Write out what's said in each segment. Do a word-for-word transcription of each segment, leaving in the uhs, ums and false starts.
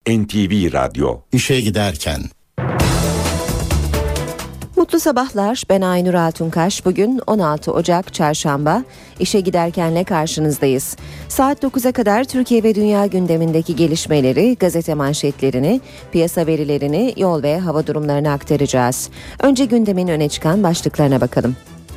N T V Radyo. İşe giderken. Mutlu sabahlar, ben Aynur Altunkaş. Bugün on altı Ocak Çarşamba. İşe giderkenle karşınızdayız. Saat dokuza kadar Türkiye ve dünya gündemindeki gelişmeleri, gazete manşetlerini, piyasa verilerini, yol ve hava durumlarını aktaracağız. Önce gündemin öne çıkan başlıklarına bakalım.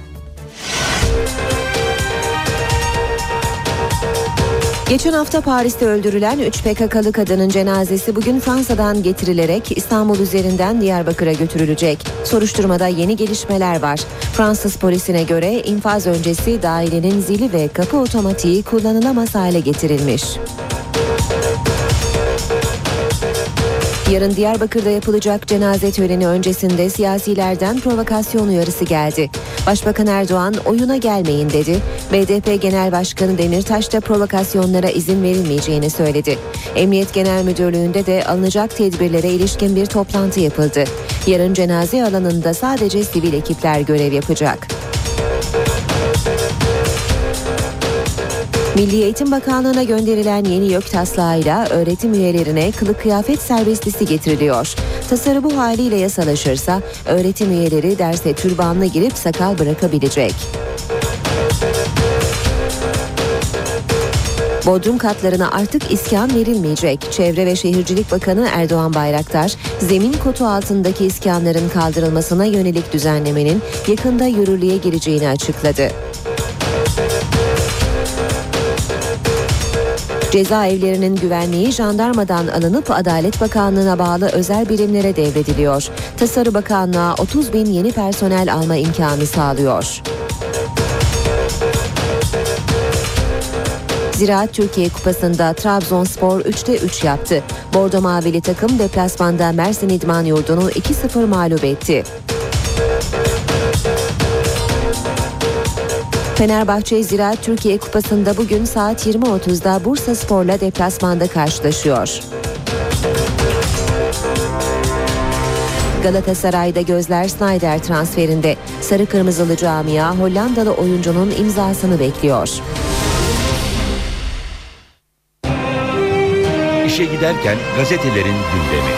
Geçen hafta Paris'te öldürülen üç P K K'lı kadının cenazesi bugün Fransa'dan getirilerek İstanbul üzerinden Diyarbakır'a götürülecek. Soruşturmada yeni gelişmeler var. Fransız polisine göre infaz öncesi dairenin zili ve kapı otomatiği kullanılamaz hale getirilmiş. Yarın Diyarbakır'da yapılacak cenaze töreni öncesinde siyasilerden provokasyon uyarısı geldi. Başbakan Erdoğan oyuna gelmeyin dedi. B D P Genel Başkanı Demirtaş da provokasyonlara izin verilmeyeceğini söyledi. Emniyet Genel Müdürlüğü'nde de alınacak tedbirlere ilişkin bir toplantı yapıldı. Yarın cenaze alanında sadece sivil ekipler görev yapacak. Milli Eğitim Bakanlığı'na gönderilen yeni YÖK taslağıyla öğretim üyelerine kılık kıyafet serbestisi getiriliyor. Tasarı bu haliyle yasalaşırsa öğretim üyeleri derse türbanla girip sakal bırakabilecek. Bodrum katlarına artık iskan verilmeyecek. Çevre ve Şehircilik Bakanı Erdoğan Bayraktar, zemin kotu altındaki iskanların kaldırılmasına yönelik düzenlemenin yakında yürürlüğe gireceğini açıkladı. Cezaevlerinin güvenliği jandarmadan alınıp Adalet Bakanlığı'na bağlı özel birimlere devrediliyor. Tasarı bakanlığa otuz bin yeni personel alma imkanı sağlıyor. Ziraat Türkiye Kupası'nda Trabzonspor üçte üç yaptı. Bordo Mavili takım deplasmanda Mersin İdman Yurdu'nu iki sıfır mağlup etti. Fenerbahçe Ziraat Türkiye Kupası'nda bugün saat yirmi otuzda Bursaspor'la deplasmanda karşılaşıyor. Galatasaray'da gözler Sneijder transferinde. Sarı Kırmızılı camia Hollandalı oyuncunun imzasını bekliyor. İşe giderken gazetelerin gündemi.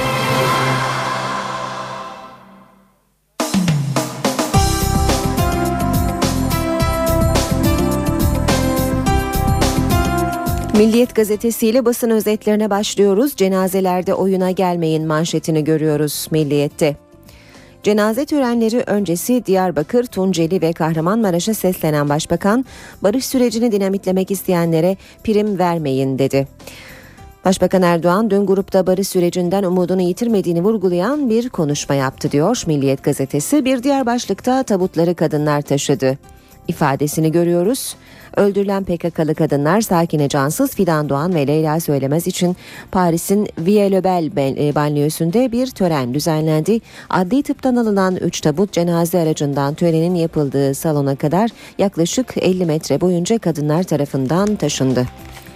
Milliyet gazetesiyle basın özetlerine başlıyoruz. Cenazelerde oyuna gelmeyin manşetini görüyoruz Milliyet'te. Cenaze törenleri öncesi Diyarbakır, Tunceli ve Kahramanmaraş'a seslenen Başbakan, barış sürecini dinamitlemek isteyenlere prim vermeyin dedi. Başbakan Erdoğan dün grupta barış sürecinden umudunu yitirmediğini vurgulayan bir konuşma yaptı diyor Milliyet gazetesi. Bir diğer başlıkta tabutları kadınlar taşıdı ifadesini görüyoruz. Öldürülen P K K'lı kadınlar Sakine Cansız, Fidan Doğan ve Leyla Söylemez için Paris'in Vieux-le-Bel banliyösünde bir tören düzenlendi. Adli tıptan alınan üç tabut cenaze aracından törenin yapıldığı salona kadar yaklaşık elli metre boyunca kadınlar tarafından taşındı.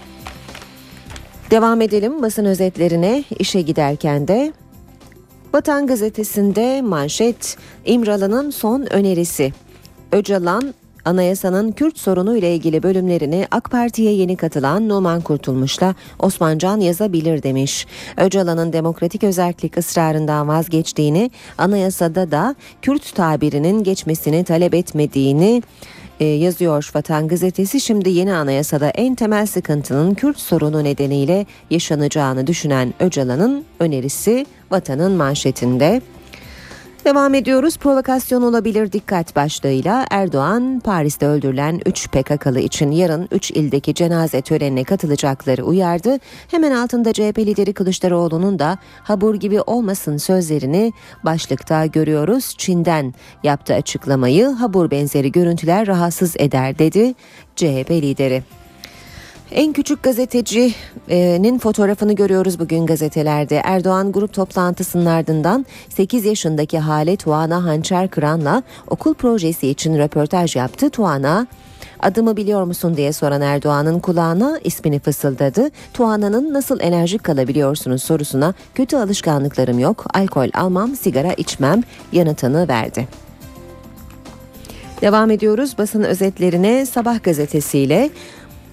Devam edelim basın özetlerine. İşe giderken de Vatan Gazetesi'nde manşet İmralı'nın son önerisi. Öcalan Anayasanın Kürt sorunu ile ilgili bölümlerini AK Parti'ye yeni katılan Numan Kurtulmuş'la Osman Can yazabilir demiş. Öcalan'ın demokratik özerklik ısrarından vazgeçtiğini, anayasada da Kürt tabirinin geçmesini talep etmediğini e, yazıyor Vatan Gazetesi. Şimdi yeni anayasada en temel sıkıntının Kürt sorunu nedeniyle yaşanacağını düşünen Öcalan'ın önerisi Vatan'ın manşetinde. Devam ediyoruz. Provokasyon olabilir dikkat başlığıyla Erdoğan, Paris'te öldürülen üç P K K'lı için yarın üç ildeki cenaze törenine katılacakları uyardı. Hemen altında C H P lideri Kılıçdaroğlu'nun da habur gibi olmasın sözlerini başlıkta görüyoruz. Çin'den yaptığı açıklamayı habur benzeri görüntüler rahatsız eder dedi C H P lideri. En küçük gazetecinin fotoğrafını görüyoruz bugün gazetelerde. Erdoğan grup toplantısının ardından sekiz yaşındaki Hale Tuana Hançer Kıran'la okul projesi için röportaj yaptı. Tuana, adımı biliyor musun diye soran Erdoğan'ın kulağına ismini fısıldadı. Tuana'nın nasıl enerjik kalabiliyorsunuz sorusuna kötü alışkanlıklarım yok, alkol almam, sigara içmem yanıtını verdi. Devam ediyoruz basın özetlerine Sabah gazetesiyle.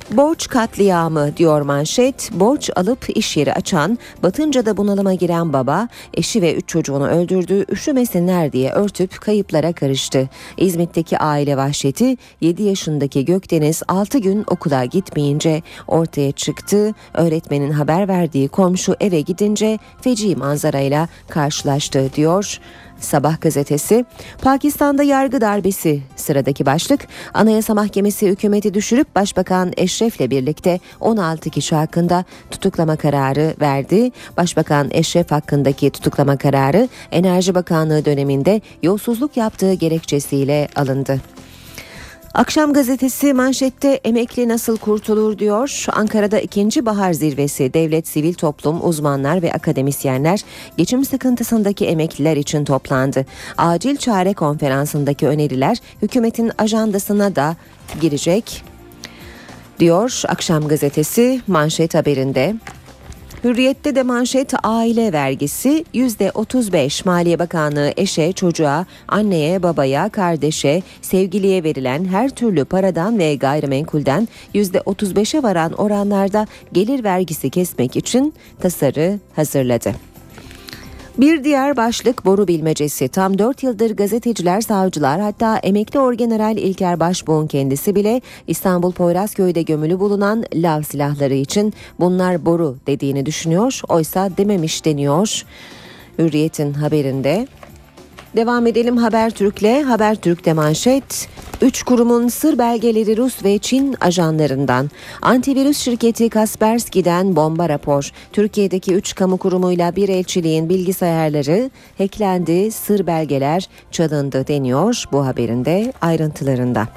Borç katliamı diyor manşet. Borç alıp iş yeri açan, batınca da bunalıma giren baba, eşi ve üç çocuğunu öldürdü, üşümesinler diye örtüp kayıplara karıştı. İzmit'teki aile vahşeti, yedi yaşındaki Gökdeniz altı gün okula gitmeyince ortaya çıktı. Öğretmenin haber verdiği komşu eve gidince feci manzarayla karşılaştı diyor Sabah gazetesi. Pakistan'da yargı darbesi sıradaki başlık. Anayasa Mahkemesi hükümeti düşürüp Başbakan Eşref'le birlikte on altı kişi hakkında tutuklama kararı verdi. Başbakan Eşref hakkındaki tutuklama kararı Enerji Bakanlığı döneminde yolsuzluk yaptığı gerekçesiyle alındı. Akşam gazetesi manşette emekli nasıl kurtulur diyor. Ankara'da ikinci bahar zirvesi, devlet, sivil toplum, uzmanlar ve akademisyenler geçim sıkıntısındaki emekliler için toplandı. Acil çare konferansındaki öneriler hükümetin ajandasına da girecek diyor Akşam gazetesi manşet haberinde. Hürriyet'te de manşet aile vergisi yüzde otuz beş. Maliye Bakanlığı eşe, çocuğa, anneye, babaya, kardeşe, sevgiliye verilen her türlü paradan ve gayrimenkulden yüzde otuz beşe varan oranlarda gelir vergisi kesmek için tasarı hazırladı. Bir diğer başlık boru bilmecesi. Tam dört yıldır gazeteciler, savcılar, hatta emekli Orgeneral İlker Başbuğ'un kendisi bile İstanbul Poyrazköy'de gömülü bulunan lav silahları için bunlar boru dediğini düşünüyor. Oysa dememiş deniyor Hürriyet'in haberinde. Devam edelim Habertürk'le. Habertürk'te manşet. Üç kurumun sır belgeleri Rus ve Çin ajanlarından. Antivirüs şirketi Kaspersky'den bomba rapor. Türkiye'deki üç kamu kurumuyla bir elçiliğin bilgisayarları hacklendi, sır belgeler çalındı deniyor bu haberin de ayrıntılarında.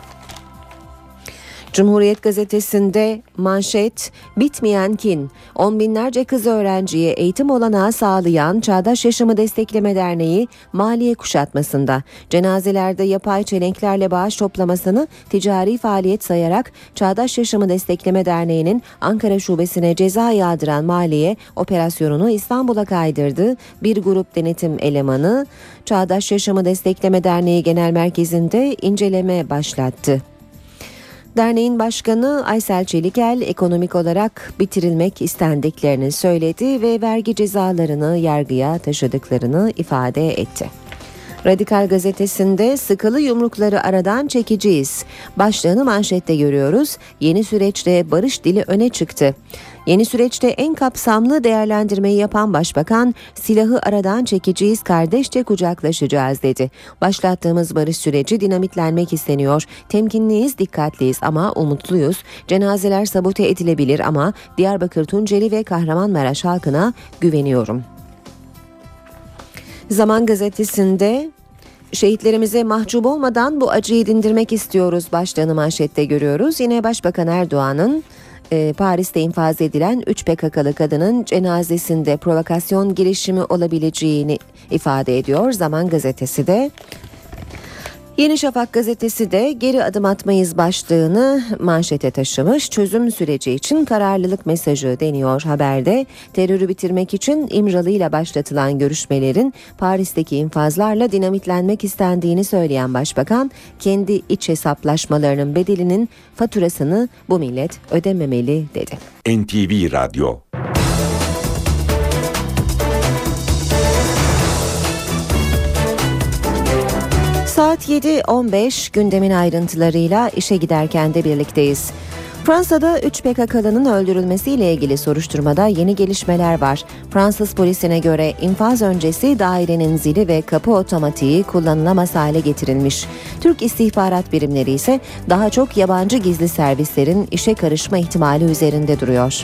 Cumhuriyet gazetesinde manşet bitmeyen kin. On binlerce kız öğrenciye eğitim olanağı sağlayan Çağdaş Yaşamı Destekleme Derneği maliye kuşatmasında. Cenazelerde yapay çelenklerle bağış toplamasını ticari faaliyet sayarak Çağdaş Yaşamı Destekleme Derneği'nin Ankara şubesine ceza yağdıran maliye operasyonunu İstanbul'a kaydırdı. Bir grup denetim elemanı Çağdaş Yaşamı Destekleme Derneği Genel Merkezi'nde inceleme başlattı. Derneğin başkanı Aysel Çelikel ekonomik olarak bitirilmek istendiklerini söyledi ve vergi cezalarını yargıya taşıdıklarını ifade etti. Radikal gazetesinde sıkılı yumrukları aradan çekeceğiz. Başlığını manşette görüyoruz. Yeni süreçte barış dili öne çıktı. Yeni süreçte en kapsamlı değerlendirmeyi yapan Başbakan, silahı aradan çekeceğiz, kardeşçe kucaklaşacağız dedi. Başlattığımız barış süreci dinamitlenmek isteniyor. Temkinliyiz, dikkatliyiz ama umutluyuz. Cenazeler sabote edilebilir ama Diyarbakır, Tunceli ve Kahramanmaraş halkına güveniyorum. Zaman gazetesinde şehitlerimize mahcup olmadan bu acıyı dindirmek istiyoruz başlığını manşette görüyoruz. Yine Başbakan Erdoğan'ın e, Paris'te infaz edilen üç P K K'lı kadının cenazesinde provokasyon girişimi olabileceğini ifade ediyor. Zaman gazetesi de. Yeni Şafak gazetesi de geri adım atmayız başlığını manşete taşımış. Çözüm süreci için kararlılık mesajı deniyor haberde. Terörü bitirmek için İmralı ile başlatılan görüşmelerin Paris'teki infazlarla dinamitlenmek istendiğini söyleyen Başbakan, kendi iç hesaplaşmalarının bedelinin faturasını bu millet ödememeli dedi. N T V Radyo. Saat yedi on beş gündemin ayrıntılarıyla işe giderken de birlikteyiz. Fransa'da üç P K K'lının öldürülmesiyle ilgili soruşturmada yeni gelişmeler var. Fransız polisine göre infaz öncesi dairenin zili ve kapı otomatiği kullanılamaz hale getirilmiş. Türk istihbarat birimleri ise daha çok yabancı gizli servislerin işe karışma ihtimali üzerinde duruyor.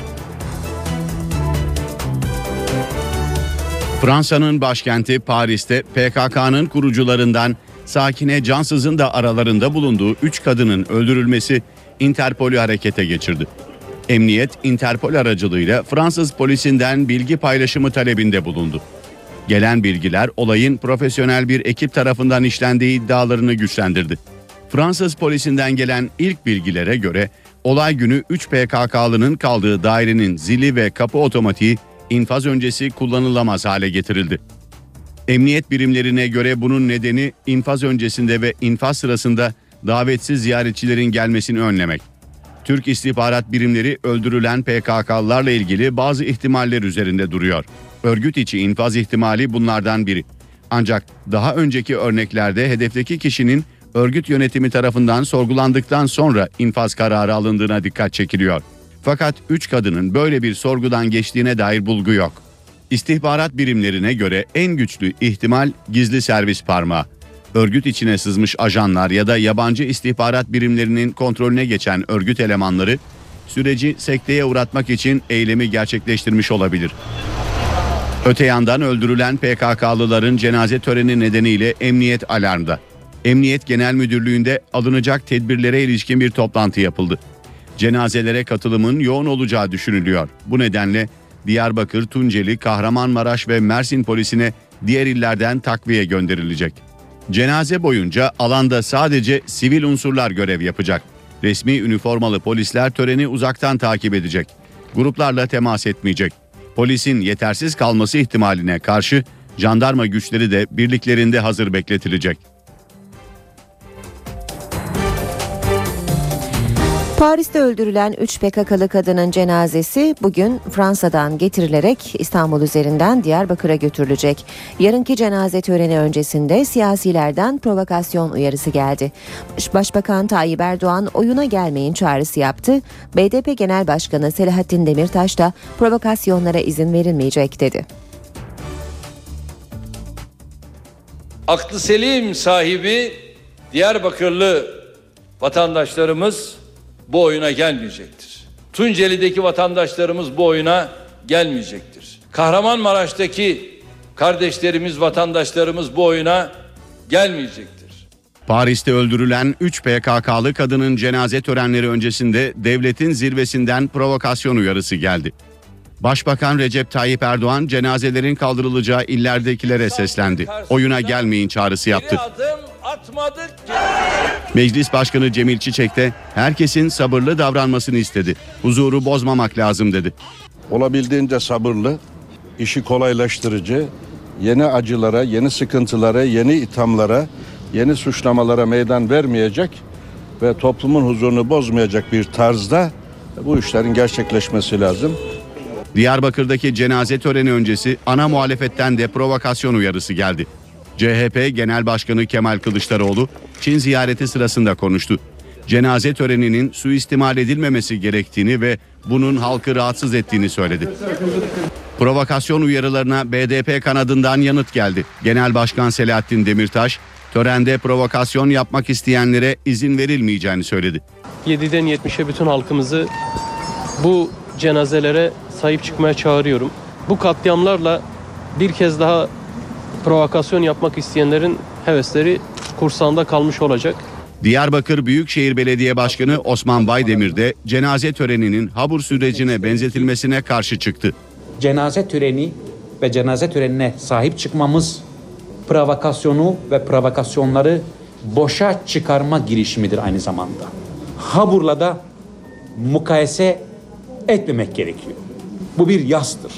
Fransa'nın başkenti Paris'te P K K'nın kurucularından Sakine Cansız'ın da aralarında bulunduğu üç kadının öldürülmesi Interpol'ü harekete geçirdi. Emniyet, Interpol aracılığıyla Fransız polisinden bilgi paylaşımı talebinde bulundu. Gelen bilgiler olayın profesyonel bir ekip tarafından işlendiği iddialarını güçlendirdi. Fransız polisinden gelen ilk bilgilere göre olay günü üç P K K'lının kaldığı dairenin zili ve kapı otomatiği infaz öncesi kullanılamaz hale getirildi. Emniyet birimlerine göre bunun nedeni infaz öncesinde ve infaz sırasında davetsiz ziyaretçilerin gelmesini önlemek. Türk istihbarat birimleri öldürülen P K K'lılarla ilgili bazı ihtimaller üzerinde duruyor. Örgüt içi infaz ihtimali bunlardan biri. Ancak daha önceki örneklerde hedefteki kişinin örgüt yönetimi tarafından sorgulandıktan sonra infaz kararı alındığına dikkat çekiliyor. Fakat üç kadının böyle bir sorgudan geçtiğine dair bulgu yok. İstihbarat birimlerine göre en güçlü ihtimal gizli servis parmağı. Örgüt içine sızmış ajanlar ya da yabancı istihbarat birimlerinin kontrolüne geçen örgüt elemanları süreci sekteye uğratmak için eylemi gerçekleştirmiş olabilir. Öte yandan öldürülen P K K'lıların cenaze töreni nedeniyle emniyet alarmda. Emniyet Genel Müdürlüğü'nde alınacak tedbirlere ilişkin bir toplantı yapıldı. Cenazelere katılımın yoğun olacağı düşünülüyor. Bu nedenle Diyarbakır, Tunceli, Kahramanmaraş ve Mersin polisine diğer illerden takviye gönderilecek. Cenaze boyunca alanda sadece sivil unsurlar görev yapacak. Resmi üniformalı polisler töreni uzaktan takip edecek. Gruplarla temas etmeyecek. Polisin yetersiz kalması ihtimaline karşı jandarma güçleri de birliklerinde hazır bekletilecek. Paris'te öldürülen üç P K K'lı kadının cenazesi bugün Fransa'dan getirilerek İstanbul üzerinden Diyarbakır'a götürülecek. Yarınki cenaze töreni öncesinde siyasilerden provokasyon uyarısı geldi. Başbakan Tayyip Erdoğan oyuna gelmeyin çağrısı yaptı. B D P Genel Başkanı Selahattin Demirtaş da provokasyonlara izin verilmeyecek dedi. Aklı selim sahibi Diyarbakırlı vatandaşlarımız bu oyuna gelmeyecektir. Tunceli'deki vatandaşlarımız bu oyuna gelmeyecektir. Kahramanmaraş'taki kardeşlerimiz, vatandaşlarımız bu oyuna gelmeyecektir. Paris'te öldürülen üç P K K'lı kadının cenaze törenleri öncesinde devletin zirvesinden provokasyon uyarısı geldi. Başbakan Recep Tayyip Erdoğan cenazelerin kaldırılacağı illerdekilere seslendi. Oyuna gelmeyin çağrısı yaptı. Atmadık. Meclis Başkanı Cemil Çiçek de herkesin sabırlı davranmasını istedi. Huzuru bozmamak lazım dedi. Olabildiğince sabırlı, işi kolaylaştırıcı, yeni acılara, yeni sıkıntılara, yeni ithamlara, yeni suçlamalara meydan vermeyecek ve toplumun huzurunu bozmayacak bir tarzda bu işlerin gerçekleşmesi lazım. Diyarbakır'daki cenaze töreni öncesi ana muhalefetten de provokasyon uyarısı geldi. C H P Genel Başkanı Kemal Kılıçdaroğlu Çin ziyareti sırasında konuştu. Cenaze töreninin suistimal edilmemesi gerektiğini ve bunun halkı rahatsız ettiğini söyledi. Provokasyon uyarılarına B D P kanadından yanıt geldi. Genel Başkan Selahattin Demirtaş, törende provokasyon yapmak isteyenlere izin verilmeyeceğini söyledi. yediden yetmişe bütün halkımızı bu cenazelere sahip çıkmaya çağırıyorum. Bu katliamlarla bir kez daha provokasyon yapmak isteyenlerin hevesleri kursağında kalmış olacak. Diyarbakır Büyükşehir Belediye Başkanı Osman Baydemir de cenaze töreninin Habur sürecine benzetilmesine karşı çıktı. Cenaze töreni ve cenaze törenine sahip çıkmamız provokasyonu ve provokasyonları boşa çıkarma girişimidir aynı zamanda. Habur'la da mukayese etmemek gerekiyor. Bu bir yastır.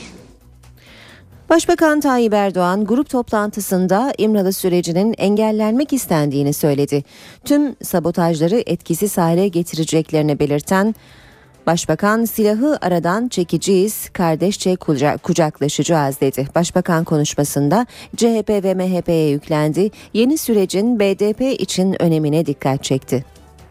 Başbakan Tayyip Erdoğan grup toplantısında İmralı sürecinin engellenmek istendiğini söyledi. Tüm sabotajları etkisiz hale getireceklerini belirten Başbakan silahı aradan çekeceğiz, kardeşçe kucaklaşacağız dedi. Başbakan konuşmasında C H P ve M H P'ye yüklendi. Yeni sürecin B D P için önemine dikkat çekti.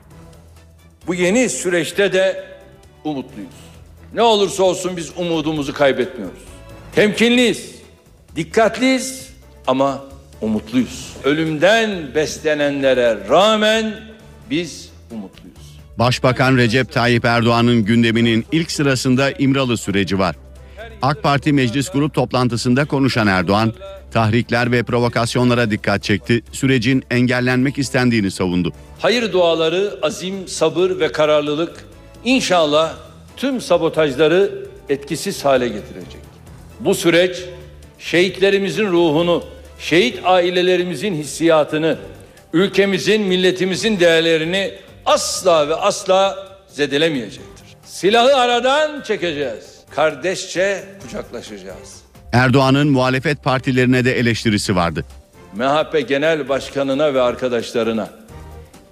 Bu yeni süreçte de umutluyuz. Ne olursa olsun biz umudumuzu kaybetmiyoruz. Temkinliyiz, dikkatliyiz ama umutluyuz. Ölümden beslenenlere rağmen biz umutluyuz. Başbakan Recep Tayyip Erdoğan'ın gündeminin ilk sırasında İmralı süreci var. AK Parti Meclis Grup toplantısında konuşan Erdoğan, tahrikler ve provokasyonlara dikkat çekti, sürecin engellenmek istendiğini savundu. Hayır duaları, azim, sabır ve kararlılık inşallah tüm sabotajları etkisiz hale getirecek. Bu süreç şehitlerimizin ruhunu, şehit ailelerimizin hissiyatını, ülkemizin, milletimizin değerlerini asla ve asla zedelemeyecektir. Silahı aradan çekeceğiz. Kardeşçe kucaklaşacağız. Erdoğan'ın muhalefet partilerine de eleştirisi vardı. M H P Genel Başkanı'na ve arkadaşlarına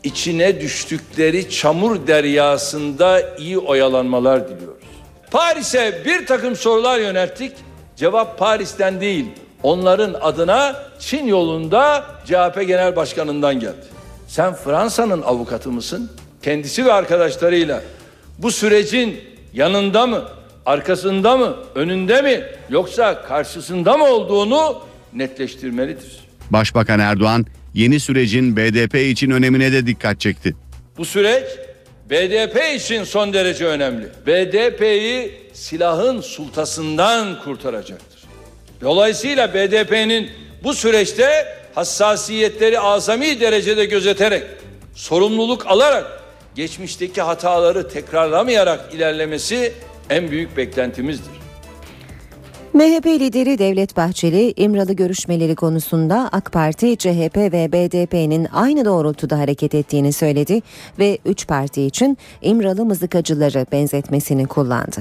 içine düştükleri çamur deryasında iyi oyalanmalar diliyoruz. Paris'e bir takım sorular yönelttik. Cevap Paris'ten değil, onların adına Çin yolunda C H P Genel Başkanı'ndan geldi. Sen Fransa'nın avukatı mısın? Kendisi ve arkadaşlarıyla bu sürecin yanında mı, arkasında mı, önünde mi, yoksa karşısında mı olduğunu netleştirmelidir. Başbakan Erdoğan yeni sürecin B D P için önemine de dikkat çekti. Bu süreç B D P için son derece önemli. B D P'yi silahın sultasından kurtaracaktır. Dolayısıyla B D P'nin bu süreçte hassasiyetleri azami derecede gözeterek, sorumluluk alarak, geçmişteki hataları tekrarlamayarak ilerlemesi en büyük beklentimizdir. M H P lideri Devlet Bahçeli, İmralı görüşmeleri konusunda AK Parti, C H P ve B D P'nin aynı doğrultuda hareket ettiğini söyledi ve üç parti için İmralı mızıkacıları benzetmesini kullandı.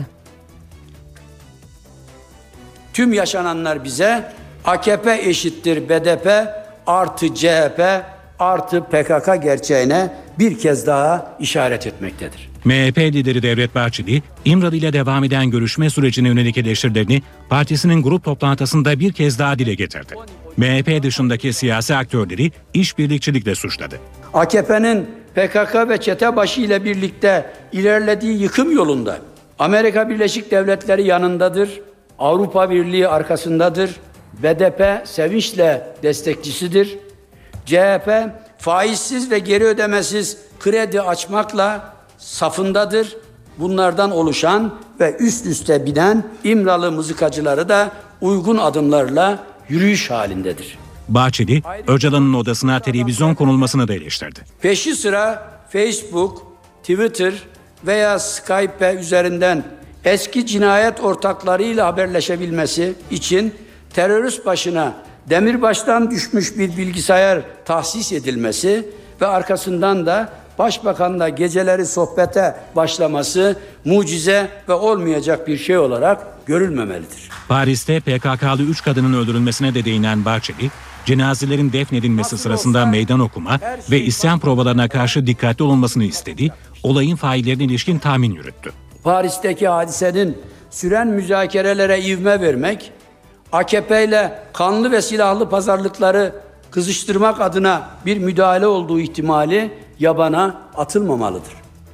Tüm yaşananlar bize A K P eşittir B D P artı C H P artı P K K gerçeğine bir kez daha işaret etmektedir. M H P lideri Devlet Bahçeli, İmralı ile devam eden görüşme sürecine yönelik eleştirilerini partisinin grup toplantısında bir kez daha dile getirdi. M H P dışındaki siyasi aktörleri işbirlikçilikle suçladı. A K P'nin P K K ve çetebaşı ile birlikte ilerlediği yıkım yolunda Amerika Birleşik Devletleri yanındadır, Avrupa Birliği arkasındadır, B D P sevinçle destekçisidir, C H P faizsiz ve geri ödemesiz kredi açmakla safındadır. Bunlardan oluşan ve üst üste binen İmralı mızıkacıları da uygun adımlarla yürüyüş halindedir. Bahçeli, Öcalan'ın odasına televizyon konulmasını da eleştirdi. Peşi sıra Facebook, Twitter veya Skype üzerinden eski cinayet ortaklarıyla haberleşebilmesi için terörist başına demirbaştan düşmüş bir bilgisayar tahsis edilmesi ve arkasından da Başbakanla geceleri sohbete başlaması mucize ve olmayacak bir şey olarak görülmemelidir. Paris'te P K K'lı üç kadının öldürülmesine de değinen Bahçeli, cenazelerin defnedilmesi sırasında meydan okuma ve isyan provalarına karşı dikkatli olunmasını istedi, olayın faillerine ilişkin tahmin yürüttü. Paris'teki hadisenin süren müzakerelere ivme vermek, A K P ile kanlı ve silahlı pazarlıkları kızıştırmak adına bir müdahale olduğu ihtimali yabana atılmamalıdır.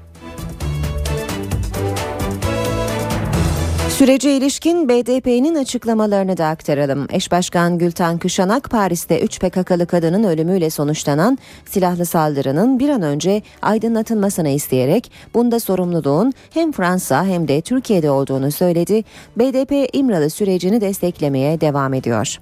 Sürece ilişkin B D P'nin açıklamalarını da aktaralım. Eş Başkan Gülten Kışanak, Paris'te üç P K K'lı kadının ölümüyle sonuçlanan silahlı saldırının bir an önce aydınlatılmasını isteyerek bunda sorumluluğun hem Fransa hem de Türkiye'de olduğunu söyledi. B D P İmralı sürecini desteklemeye devam ediyor.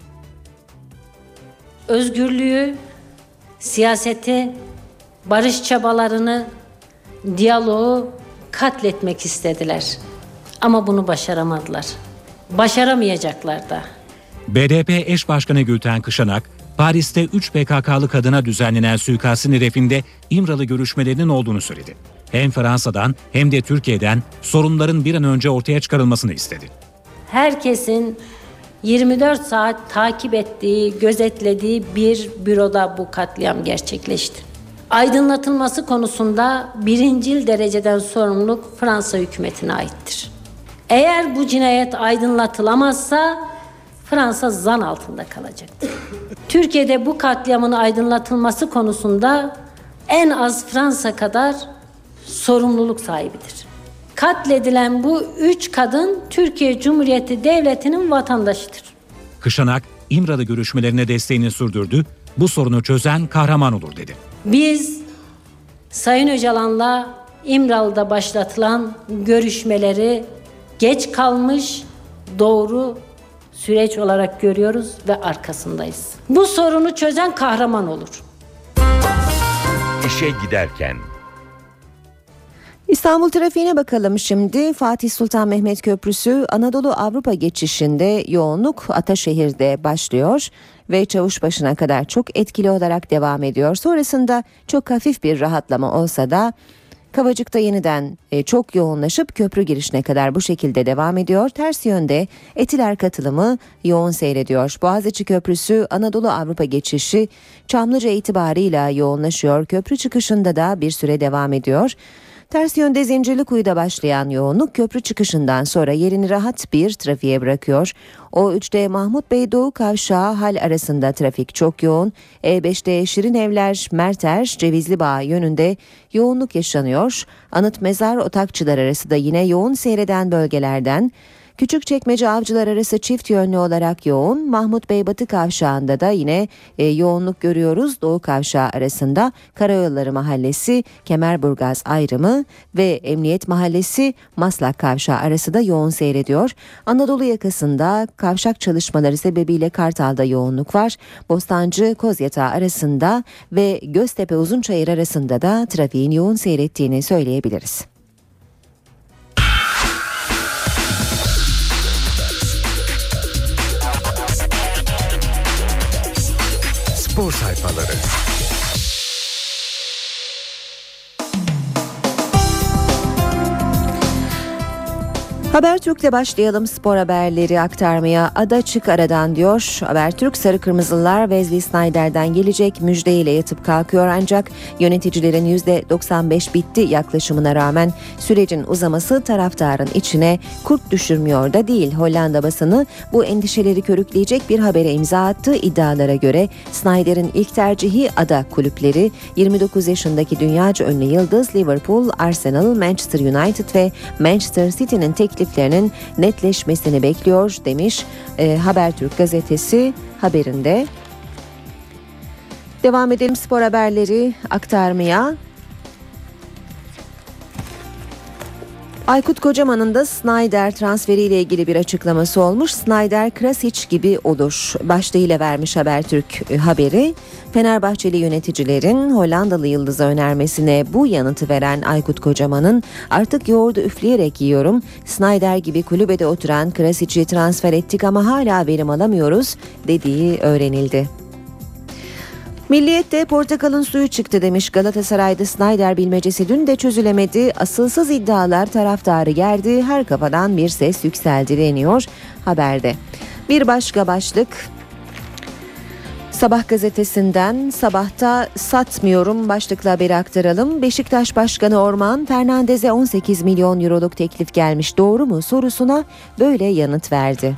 Özgürlüğü, siyaseti, barış çabalarını, diyaloğu katletmek istediler. Ama bunu başaramadılar. Başaramayacaklar da. B D P eş başkanı Gülten Kışanak, Paris'te üç P K K'lı kadına düzenlenen suikastın hedefinde İmralı görüşmelerinin olduğunu söyledi. Hem Fransa'dan hem de Türkiye'den sorunların bir an önce ortaya çıkarılmasını istedi. Herkesin yirmi dört saat takip ettiği, gözetlediği bir büroda bu katliam gerçekleşti. Aydınlatılması konusunda birincil dereceden sorumluluk Fransa hükümetine aittir. Eğer bu cinayet aydınlatılamazsa Fransa zan altında kalacaktır. Türkiye'de bu katliamın aydınlatılması konusunda en az Fransa kadar sorumluluk sahibidir. Katledilen bu üç kadın Türkiye Cumhuriyeti Devleti'nin vatandaşıdır. Kışanak, İmralı görüşmelerine desteğini sürdürdü, bu sorunu çözen kahraman olur dedi. Biz Sayın Öcalan'la İmralı'da başlatılan görüşmeleri geç kalmış, doğru süreç olarak görüyoruz ve arkasındayız. Bu sorunu çözen kahraman olur. İşe giderken. İstanbul trafiğine bakalım şimdi. Fatih Sultan Mehmet Köprüsü Anadolu Avrupa geçişinde yoğunluk Ataşehir'de başlıyor ve Çavuşbaşı'na kadar çok etkili olarak devam ediyor. Sonrasında çok hafif bir rahatlama olsa da Kavacık'ta yeniden e, çok yoğunlaşıp köprü girişine kadar bu şekilde devam ediyor. Ters yönde Etiler katılımı yoğun seyrediyor. Boğaziçi Köprüsü Anadolu Avrupa geçişi Çamlıca itibarıyla yoğunlaşıyor. Köprü çıkışında da bir süre devam ediyor. Ters yönde Zincirlikuyu'da başlayan yoğunluk köprü çıkışından sonra yerini rahat bir trafiğe bırakıyor. O üçte Mahmut Bey Doğu Kavşağı Hal arasında trafik çok yoğun. E beşte Şirinevler Merter Cevizlibağ yönünde yoğunluk yaşanıyor. Anıt Mezar Otakçılar arası da yine yoğun seyreden bölgelerden. Küçükçekmece Avcılar arası çift yönlü olarak yoğun. Mahmut Bey Batı Kavşağı'nda da yine e, yoğunluk görüyoruz. Doğu Kavşağı arasında Karayolları Mahallesi, Kemerburgaz ayrımı ve Emniyet Mahallesi Maslak Kavşağı arası da yoğun seyrediyor. Anadolu yakasında kavşak çalışmaları sebebiyle Kartal'da yoğunluk var. Bostancı Kozyatağı arasında ve Göztepe Uzunçayır arasında da trafiğin yoğun seyrettiğini söyleyebiliriz. Spor sayfaları. Habertürk'le başlayalım spor haberleri aktarmaya. Ada çık aradan diyor. Habertürk sarı kırmızılar Wesley Sneijder'den gelecek müjdeyle yatıp kalkıyor ancak yöneticilerin yüzde doksan beş bitti yaklaşımına rağmen sürecin uzaması taraftarın içine kurt düşürmüyor da değil. Hollanda basını bu endişeleri körükleyecek bir habere imza attı. İddialara göre Sneijder'in ilk tercihi Ada kulüpleri. yirmi dokuz yaşındaki dünyaca ünlü yıldız Liverpool, Arsenal, Manchester United ve Manchester City'nin tekliflerinin netleşmesini bekliyor demiş e, Habertürk gazetesi haberinde. Devam edelim spor haberleri aktarmaya. Aykut Kocaman'ın da Sneijder transferiyle ilgili bir açıklaması olmuş. Sneijder Krasic gibi olur başlığıyla vermiş Habertürk haberi. Fenerbahçeli yöneticilerin Hollandalı yıldızı önermesine bu yanıtı veren Aykut Kocaman'ın artık yoğurdu üfleyerek yiyorum. Sneijder gibi kulübede oturan Krasic'i transfer ettik ama hala verim alamıyoruz dediği öğrenildi. Milliyet'te portakalın suyu çıktı demiş Galatasaray'da Sneijder bilmecesi dün de çözülemedi. Asılsız iddialar taraftarı gerdi. Her kafadan bir ses yükseldi deniyor haberde. Bir başka başlık Sabah gazetesinden Sabah'ta satmıyorum başlıklı haberi aktaralım. Beşiktaş Başkanı Orman Fernandez'e on sekiz milyon euroluk teklif gelmiş doğru mu sorusuna böyle yanıt verdi.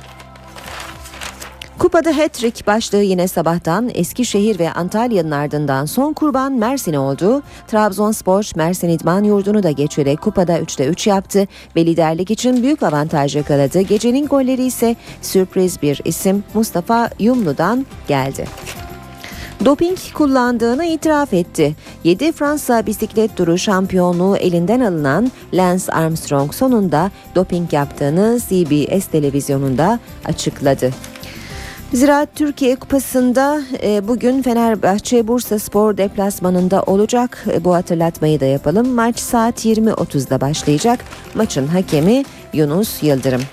Kupada hat-trick başlığı yine Sabah'tan Eskişehir ve Antalya'nın ardından son kurban Mersin oldu. Trabzonspor Mersin İdman Yurdu'nu da geçerek kupada üçte üç yaptı ve liderlik için büyük avantaj yakaladı. Gecenin golleri ise sürpriz bir isim Mustafa Yumlu'dan geldi. Doping kullandığını itiraf etti. yedi Fransa bisiklet turu şampiyonluğu elinden alınan Lance Armstrong sonunda doping yaptığını C B S televizyonunda açıkladı. Ziraat Türkiye Kupası'nda e, bugün Fenerbahçe Bursaspor deplasmanında olacak. E, bu hatırlatmayı da yapalım. Maç saat yirmi otuzda başlayacak. Maçın hakemi Yunus Yıldırım.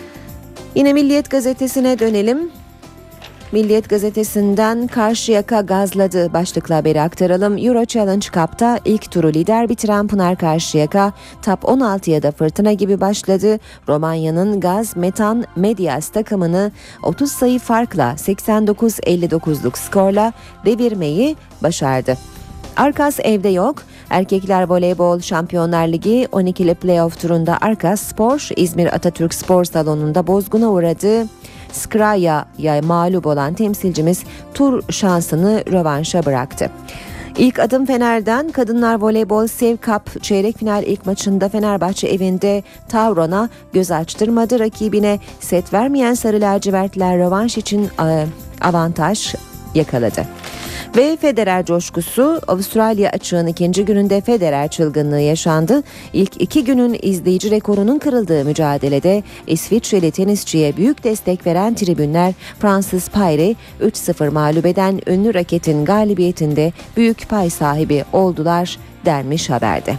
Yine Milliyet gazetesine dönelim. Milliyet gazetesinden Karşıyaka gazladı başlıklı haberi aktaralım. Euro Challenge Cup'ta ilk turu lider bitiren Pınar Karşıyaka Top on altıya da fırtına gibi başladı. Romanya'nın Gaz Metan Medias takımını otuz sayı farkla seksen dokuz elli dokuzluk skorla devirmeyi başardı. Arkas evde yok. Erkekler Voleybol Şampiyonlar Ligi on ikili playoff turunda Arkas Spor İzmir Atatürk Spor Salonu'nda bozguna uğradı. Skraya'ya mağlup olan temsilcimiz tur şansını rövanşa bıraktı. İlk adım Fener'den. Kadınlar Voleybol Sev Cup çeyrek final ilk maçında Fenerbahçe evinde Tavron'a göz açtırmadı. Rakibine set vermeyen Sarı Lacivertler rövanş için avantaj yakaladı. Ve Federer coşkusu Avustralya açığın ikinci gününde Federer çılgınlığı yaşandı. İlk iki günün izleyici rekorunun kırıldığı mücadelede İsviçreli tenisçiye büyük destek veren tribünler Francis Payre üç sıfır mağlup eden ünlü raketin galibiyetinde büyük pay sahibi oldular denmiş haberde.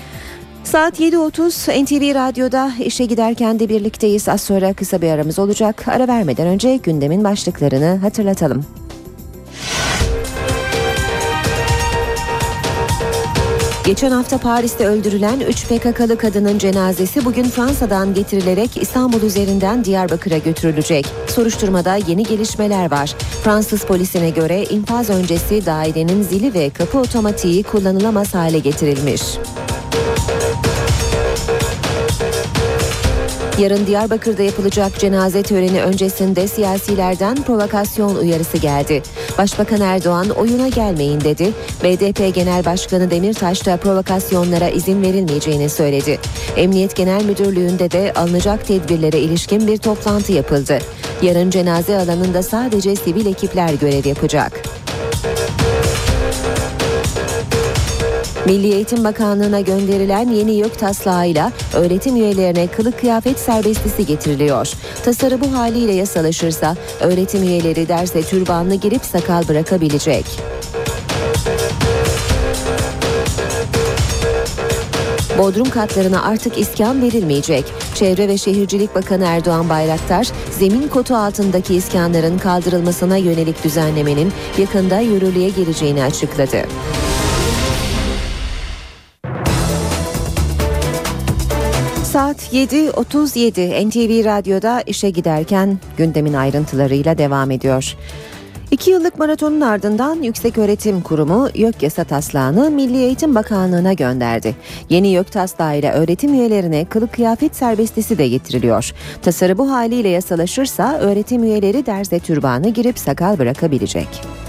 Saat yedi otuz N T V Radyo'da işe giderken de birlikteyiz. Az sonra kısa bir aramız olacak. Ara vermeden önce gündemin başlıklarını hatırlatalım. Geçen hafta Paris'te öldürülen üç P K K'lı kadının cenazesi bugün Fransa'dan getirilerek İstanbul üzerinden Diyarbakır'a götürülecek. Soruşturmada yeni gelişmeler var. Fransız polisine göre infaz öncesi dairenin zili ve kapı otomatiği kullanılamaz hale getirilmiş. Yarın Diyarbakır'da yapılacak cenaze töreni öncesinde siyasilerden provokasyon uyarısı geldi. Başbakan Erdoğan oyuna gelmeyin dedi. B D P Genel Başkanı Demirtaş da provokasyonlara izin verilmeyeceğini söyledi. Emniyet Genel Müdürlüğü'nde de alınacak tedbirlere ilişkin bir toplantı yapıldı. Yarın cenaze alanında sadece sivil ekipler görev yapacak. Milli Eğitim Bakanlığı'na gönderilen yeni YÖK taslağıyla öğretim üyelerine kılık kıyafet serbestisi getiriliyor. Tasarı bu haliyle yasalaşırsa öğretim üyeleri derse türbanlı girip sakal bırakabilecek. Bodrum katlarına artık iskan verilmeyecek. Çevre ve Şehircilik Bakanı Erdoğan Bayraktar, zemin kotu altındaki iskanların kaldırılmasına yönelik düzenlemenin yakında yürürlüğe gireceğini açıkladı. Saat yedi otuz yedi N T V Radyo'da işe giderken gündemin ayrıntılarıyla devam ediyor. İki yıllık maratonun ardından Yükseköğretim Kurumu YÖK yasa taslağını Milli Eğitim Bakanlığı'na gönderdi. Yeni YÖK taslağıyla öğretim üyelerine kılık kıyafet serbestisi de getiriliyor. Tasarı bu haliyle yasalaşırsa öğretim üyeleri derse türbanı girip sakal bırakabilecek.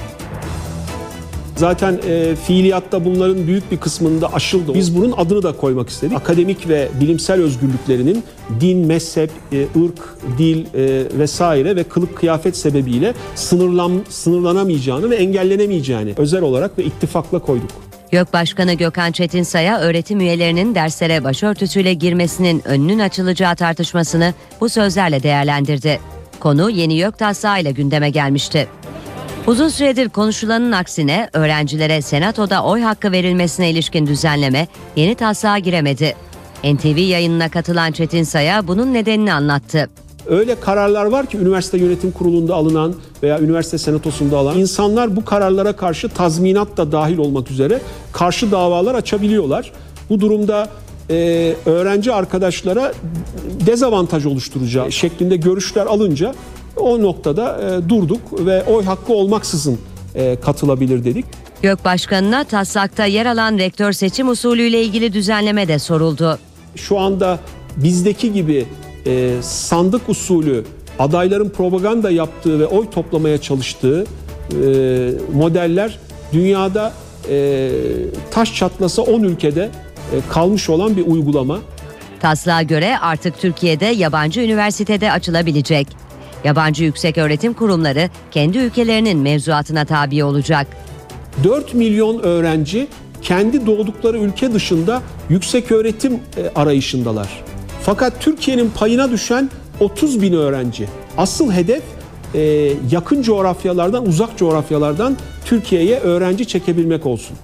Zaten e, fiiliyatta bunların büyük bir kısmında aşıldı. Biz bunun adını da koymak istedik. Akademik ve bilimsel özgürlüklerinin din, mezhep, e, ırk, dil e, vesaire ve kılık kıyafet sebebiyle sınırlan, sınırlanamayacağını ve engellenemeyeceğini özel olarak ve ittifakla koyduk. YÖK Başkanı Gökhan Çetinsay'a öğretim üyelerinin derslere başörtüsüyle girmesinin önünün açılacağı tartışmasını bu sözlerle değerlendirdi. Konu yeni YÖK taslağıyla gündeme gelmişti. Uzun süredir konuşulanın aksine öğrencilere senatoda oy hakkı verilmesine ilişkin düzenleme yeni taslağa giremedi. N T V yayınına katılan Çetinsay'a bunun nedenini anlattı. Öyle kararlar var ki üniversite yönetim kurulunda alınan veya üniversite senatosunda alan insanlar bu kararlara karşı tazminat da dahil olmak üzere karşı davalar açabiliyorlar. Bu durumda e, öğrenci arkadaşlara dezavantaj oluşturacağı şeklinde görüşler alınca o noktada e, durduk ve oy hakkı olmaksızın e, katılabilir dedik. YÖK Başkanı'na taslakta yer alan rektör seçim usulüyle ilgili düzenleme de soruldu. Şu anda bizdeki gibi e, sandık usulü adayların propaganda yaptığı ve oy toplamaya çalıştığı e, modeller dünyada e, taş çatlasa on ülkede e, kalmış olan bir uygulama. Taslağa göre artık Türkiye'de yabancı üniversitede açılabilecek. Yabancı yükseköğretim kurumları kendi ülkelerinin mevzuatına tabi olacak. dört milyon öğrenci kendi doğdukları ülke dışında yükseköğretim arayışındalar. Fakat Türkiye'nin payına düşen otuz bin öğrenci. Asıl hedef yakın coğrafyalardan, uzak coğrafyalardan Türkiye'ye öğrenci çekebilmek olsun.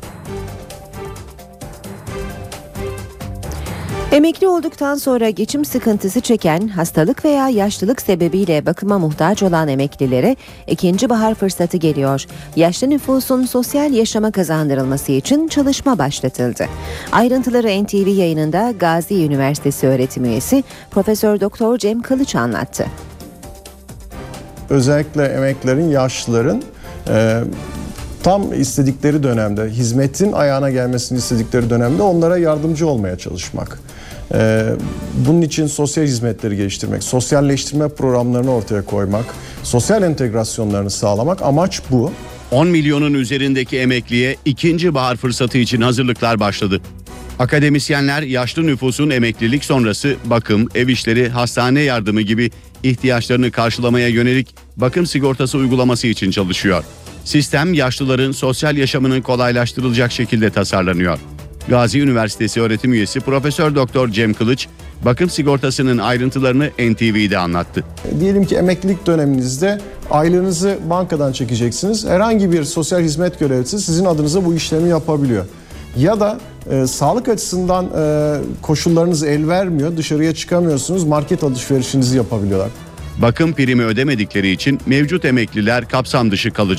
Emekli olduktan sonra geçim sıkıntısı çeken, hastalık veya yaşlılık sebebiyle bakıma muhtaç olan emeklilere ikinci bahar fırsatı geliyor. Yaşlı nüfusun sosyal yaşama kazandırılması için çalışma başlatıldı. Ayrıntıları N T V yayınında Gazi Üniversitesi öğretim üyesi Profesör Doktor Cem Kılıç anlattı. Özellikle emeklilerin, yaşlıların e, tam istedikleri dönemde, hizmetin ayağına gelmesini istedikleri dönemde onlara yardımcı olmaya çalışmak. Ee, bunun için sosyal hizmetleri geliştirmek, sosyalleştirme programlarını ortaya koymak, sosyal entegrasyonlarını sağlamak, amaç bu. on milyonun üzerindeki emekliye ikinci bahar fırsatı için hazırlıklar başladı. Akademisyenler yaşlı nüfusun emeklilik sonrası bakım, ev işleri, hastane yardımı gibi ihtiyaçlarını karşılamaya yönelik bakım sigortası uygulaması için çalışıyor. Sistem yaşlıların sosyal yaşamının kolaylaştırılacak şekilde tasarlanıyor. Gazi Üniversitesi öğretim üyesi Profesör Doktor Cem Kılıç, bakım sigortasının ayrıntılarını N T V'de anlattı. Diyelim ki emeklilik döneminizde aylığınızı bankadan çekeceksiniz. Herhangi bir sosyal hizmet görevlisi sizin adınıza bu işlemi yapabiliyor. Ya da e, sağlık açısından e, koşullarınız el vermiyor, dışarıya çıkamıyorsunuz, market alışverişinizi yapabiliyorlar. Bakım primi ödemedikleri için mevcut emekliler kapsam dışı kalacak.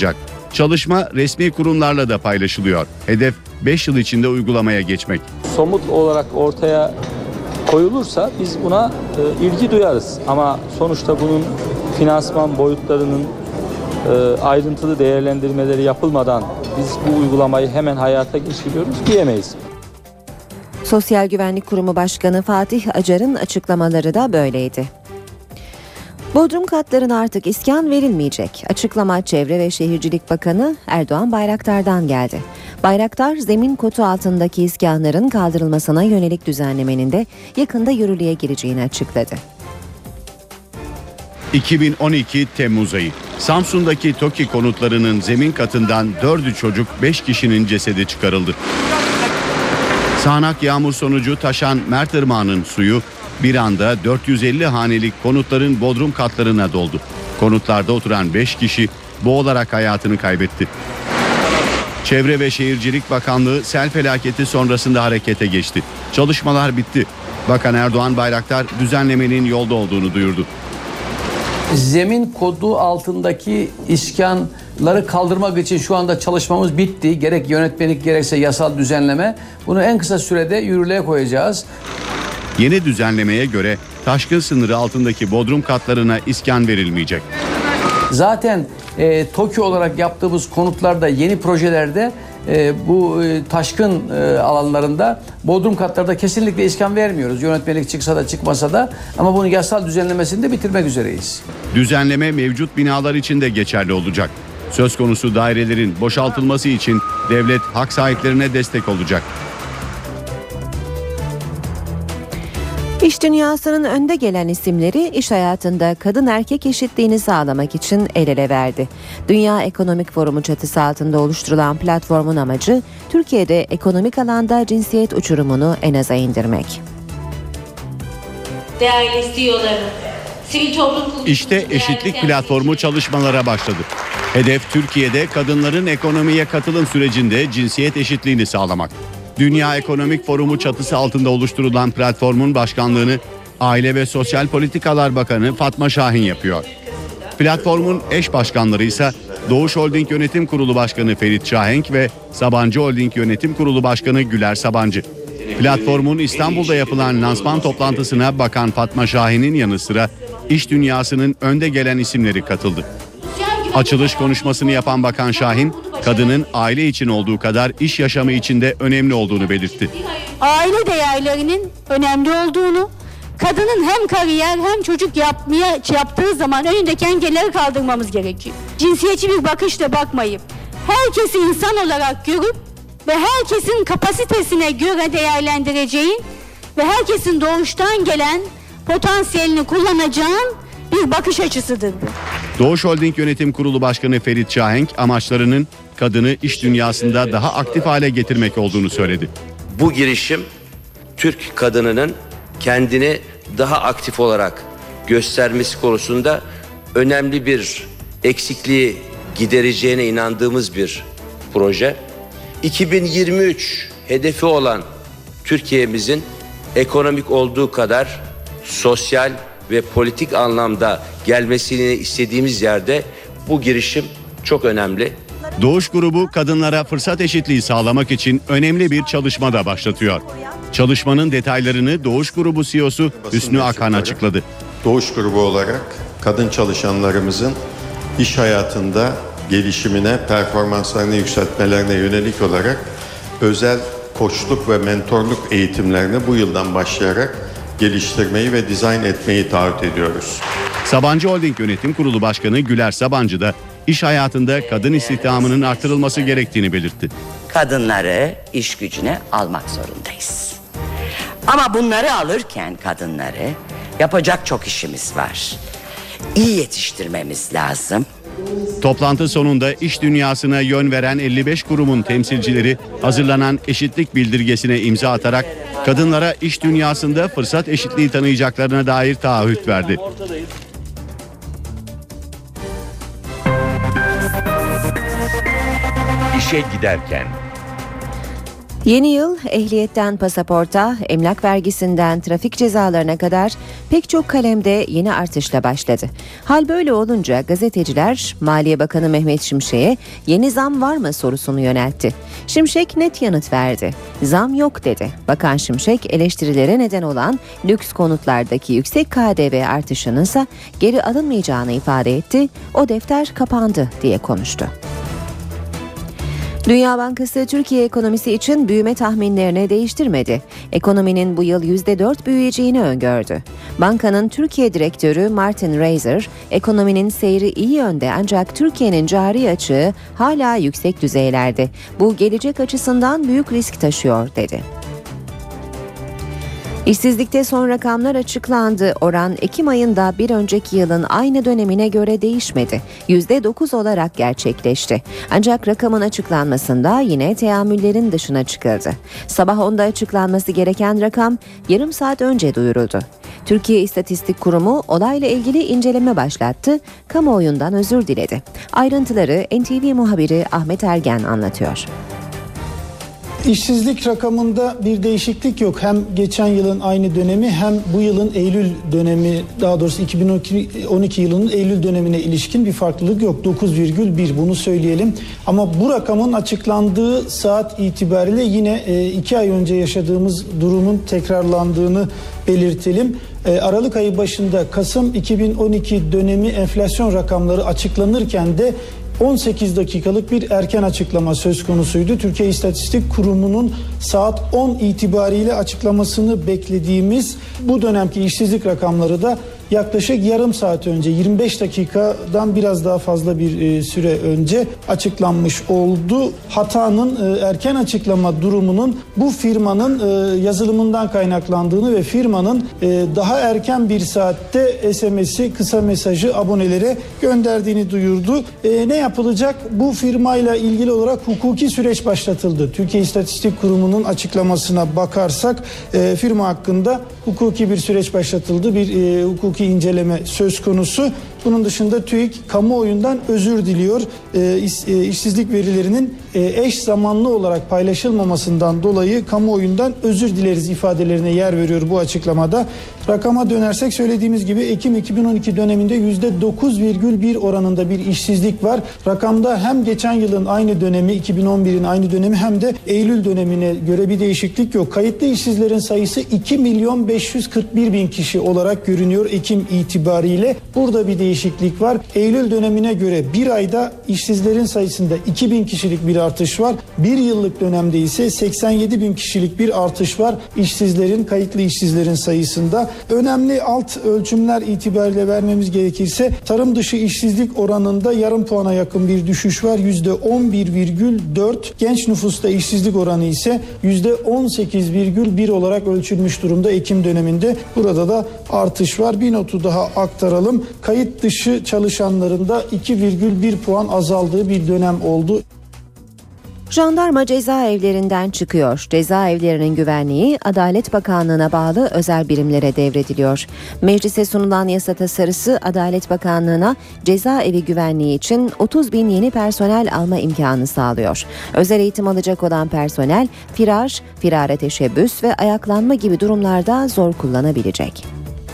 Çalışma resmi kurumlarla da paylaşılıyor. Hedef beş yıl içinde uygulamaya geçmek. Somut olarak ortaya koyulursa biz buna e, ilgi duyarız. Ama sonuçta bunun finansman boyutlarının e, ayrıntılı değerlendirmeleri yapılmadan biz bu uygulamayı hemen hayata geçiriyoruz diyemeyiz. Sosyal Güvenlik Kurumu Başkanı Fatih Acar'ın açıklamaları da böyleydi. Bodrum katlarına artık iskan verilmeyecek. Açıklama Çevre ve Şehircilik Bakanı Erdoğan Bayraktar'dan geldi. Bayraktar, zemin kotu altındaki iskanların kaldırılmasına yönelik düzenlemenin de yakında yürürlüğe gireceğini açıkladı. iki bin on iki Temmuz ayı. Samsun'daki TOKİ konutlarının zemin katından dördü çocuk, beş kişinin cesedi çıkarıldı. Sağanak yağmur sonucu taşan Mert Irmağı'nın suyu bir anda dört yüz elli hanelik konutların bodrum katlarına doldu. Konutlarda oturan beş kişi boğularak hayatını kaybetti. Çevre ve Şehircilik Bakanlığı sel felaketi sonrasında harekete geçti. Çalışmalar bitti. Bakan Erdoğan Bayraktar düzenlemenin yolda olduğunu duyurdu. Zemin kodu altındaki iskanları kaldırmak için şu anda çalışmamız bitti. Gerek yönetmelik gerekse yasal düzenleme. Bunu en kısa sürede yürürlüğe koyacağız. Yeni düzenlemeye göre taşkın sınırı altındaki bodrum katlarına iskan verilmeyecek. Zaten e, TOKİ olarak yaptığımız konutlarda, yeni projelerde e, bu e, taşkın e, alanlarında bodrum katlarda kesinlikle iskan vermiyoruz. Yönetmelik çıksa da çıkmasa da, ama bunun yasal düzenlemesini de bitirmek üzereyiz. Düzenleme mevcut binalar için de geçerli olacak. Söz konusu dairelerin boşaltılması için devlet hak sahiplerine destek olacak. İş dünyasının önde gelen isimleri iş hayatında kadın erkek eşitliğini sağlamak için el ele verdi. Dünya Ekonomik Forumu çatısı altında oluşturulan platformun amacı Türkiye'de ekonomik alanda cinsiyet uçurumunu en aza indirmek. Değerli C E O'larım, sivil toplum İşte eşitlik platformu çalışmalara başladı. Hedef Türkiye'de kadınların ekonomiye katılım sürecinde cinsiyet eşitliğini sağlamak. Dünya Ekonomik Forumu çatısı altında oluşturulan platformun başkanlığını Aile ve Sosyal Politikalar Bakanı Fatma Şahin yapıyor. Platformun eş başkanları ise Doğuş Holding Yönetim Kurulu Başkanı Ferit Şahenk ve Sabancı Holding Yönetim Kurulu Başkanı Güler Sabancı. Platformun İstanbul'da yapılan lansman toplantısına Bakan Fatma Şahin'in yanı sıra iş dünyasının önde gelen isimleri katıldı. Açılış konuşmasını yapan Bakan Şahin, kadının aile için olduğu kadar iş yaşamı için de önemli olduğunu belirtti. Aile değerlerinin önemli olduğunu, kadının hem kariyer hem çocuk yapmaya yaptığı zaman önündeki engelleri kaldırmamız gerekiyor. Cinsiyetçi bir bakışla bakmayıp, herkesi insan olarak görüp ve herkesin kapasitesine göre değerlendireceğin ve herkesin doğuştan gelen potansiyelini kullanacağın bir bakış açısıdır bu. Doğuş Holding Yönetim Kurulu Başkanı Ferit Şahenk amaçlarının kadını iş dünyasında daha aktif hale getirmek olduğunu söyledi. Bu girişim Türk kadınının kendini daha aktif olarak göstermesi konusunda önemli bir eksikliği gidereceğine inandığımız bir proje. iki bin yirmi üç hedefi olan Türkiye'mizin ekonomik olduğu kadar sosyal ve politik anlamda gelmesini istediğimiz yerde bu girişim çok önemli. Doğuş grubu kadınlara fırsat eşitliği sağlamak için önemli bir çalışma da başlatıyor. Çalışmanın detaylarını Doğuş grubu C E O'su Hüsnü Akan açıkladı. Doğuş grubu olarak kadın çalışanlarımızın iş hayatında gelişimine, performanslarını yükseltmelerine yönelik olarak özel koçluk ve mentorluk eğitimlerini bu yıldan başlayarak geliştirmeyi ve dizayn etmeyi taahhüt ediyoruz. Sabancı Holding Yönetim Kurulu Başkanı Güler Sabancı da iş hayatında kadın istihdamının artırılması gerektiğini belirtti. Kadınları iş gücüne almak zorundayız. Ama bunları alırken kadınları yapacak çok işimiz var. İyi yetiştirmemiz lazım. Toplantı sonunda iş dünyasına yön veren elli beş kurumun temsilcileri hazırlanan eşitlik bildirgesine imza atarak kadınlara iş dünyasında fırsat eşitliği tanıyacaklarına dair taahhüt verdi. İşe giderken Yeni yıl ehliyetten pasaporta, emlak vergisinden trafik cezalarına kadar pek çok kalemde yeni artışla başladı. Hal böyle olunca gazeteciler Maliye Bakanı Mehmet Şimşek'e yeni zam var mı sorusunu yöneltti. Şimşek net yanıt verdi. Zam yok dedi. Bakan Şimşek eleştirilere neden olan lüks konutlardaki yüksek K D V artışınınsa geri alınmayacağını ifade etti. O defter kapandı diye konuştu. Dünya Bankası Türkiye ekonomisi için büyüme tahminlerini değiştirmedi. Ekonominin bu yıl yüzde dört büyüyeceğini öngördü. Bankanın Türkiye direktörü Martin Reiser, ekonominin seyri iyi yönde ancak Türkiye'nin cari açığı hala yüksek düzeylerde. Bu gelecek açısından büyük risk taşıyor dedi. İşsizlikte son rakamlar açıklandı. Oran Ekim ayında bir önceki yılın aynı dönemine göre değişmedi. yüzde dokuz olarak gerçekleşti. Ancak rakamın açıklanmasında yine teamüllerin dışına çıkıldı. Sabah onda açıklanması gereken rakam yarım saat önce duyuruldu. Türkiye İstatistik Kurumu olayla ilgili inceleme başlattı, kamuoyundan özür diledi. Ayrıntıları N T V muhabiri Ahmet Ergen anlatıyor. İşsizlik rakamında bir değişiklik yok. Hem geçen yılın aynı dönemi hem bu yılın Eylül dönemi, daha doğrusu iki bin on iki yılının Eylül dönemine ilişkin bir farklılık yok. dokuz virgül bir, bunu söyleyelim. Ama bu rakamın açıklandığı saat itibariyle yine iki ay önce yaşadığımız durumun tekrarlandığını belirtelim. Aralık ayı başında Kasım iki bin on iki dönemi enflasyon rakamları açıklanırken de on sekiz dakikalık bir erken açıklama söz konusuydu. Türkiye İstatistik Kurumu'nun saat on itibariyle açıklamasını beklediğimiz bu dönemki işsizlik rakamları da yaklaşık yarım saat önce, yirmi beş dakikadan biraz daha fazla bir süre önce açıklanmış oldu. Hatanın, erken açıklama durumunun bu firmanın yazılımından kaynaklandığını ve firmanın daha erken bir saatte S M S'i, kısa mesajı abonelere gönderdiğini duyurdu. Ne yapılacak? Bu firmayla ilgili olarak hukuki süreç başlatıldı. Türkiye İstatistik Kurumu'nun açıklamasına bakarsak firma hakkında hukuki bir süreç başlatıldı. Bir hukuki inceleme söz konusu. Bunun dışında TÜİK kamuoyundan özür diliyor. E, iş, e, işsizlik verilerinin e, eş zamanlı olarak paylaşılmamasından dolayı kamuoyundan özür dileriz ifadelerine yer veriyor bu açıklamada. Rakama dönersek söylediğimiz gibi Ekim iki bin on iki döneminde yüzde dokuz virgül bir oranında bir işsizlik var. Rakamda hem geçen yılın aynı dönemi, iki bin on birin aynı dönemi hem de Eylül dönemine göre bir değişiklik yok. Kayıtlı işsizlerin sayısı iki milyon beş yüz kırk bir bin kişi olarak görünüyor Ekim itibariyle. Burada bir değişiklik var. Eylül dönemine göre bir ayda işsizlerin sayısında iki bin kişilik bir artış var. Bir yıllık dönemde ise seksen yedi bin kişilik bir artış var işsizlerin, kayıtlı işsizlerin sayısında. Önemli alt ölçümler itibariyle vermemiz gerekirse tarım dışı işsizlik oranında yarım puana yakın bir düşüş var. yüzde on bir virgül dört. Genç nüfusta işsizlik oranı ise yüzde on sekiz virgül bir olarak ölçülmüş durumda Ekim döneminde. Burada da artış var. Bir notu daha aktaralım. Kayıt dışı çalışanların da iki virgül bir puan azaldığı bir dönem oldu. Jandarma cezaevlerinden çıkıyor. Cezaevlerinin güvenliği Adalet Bakanlığı'na bağlı özel birimlere devrediliyor. Meclise sunulan yasa tasarısı Adalet Bakanlığı'na cezaevi güvenliği için otuz bin yeni personel alma imkanı sağlıyor. Özel eğitim alacak olan personel firar, firare teşebbüs ve ayaklanma gibi durumlarda zor kullanabilecek.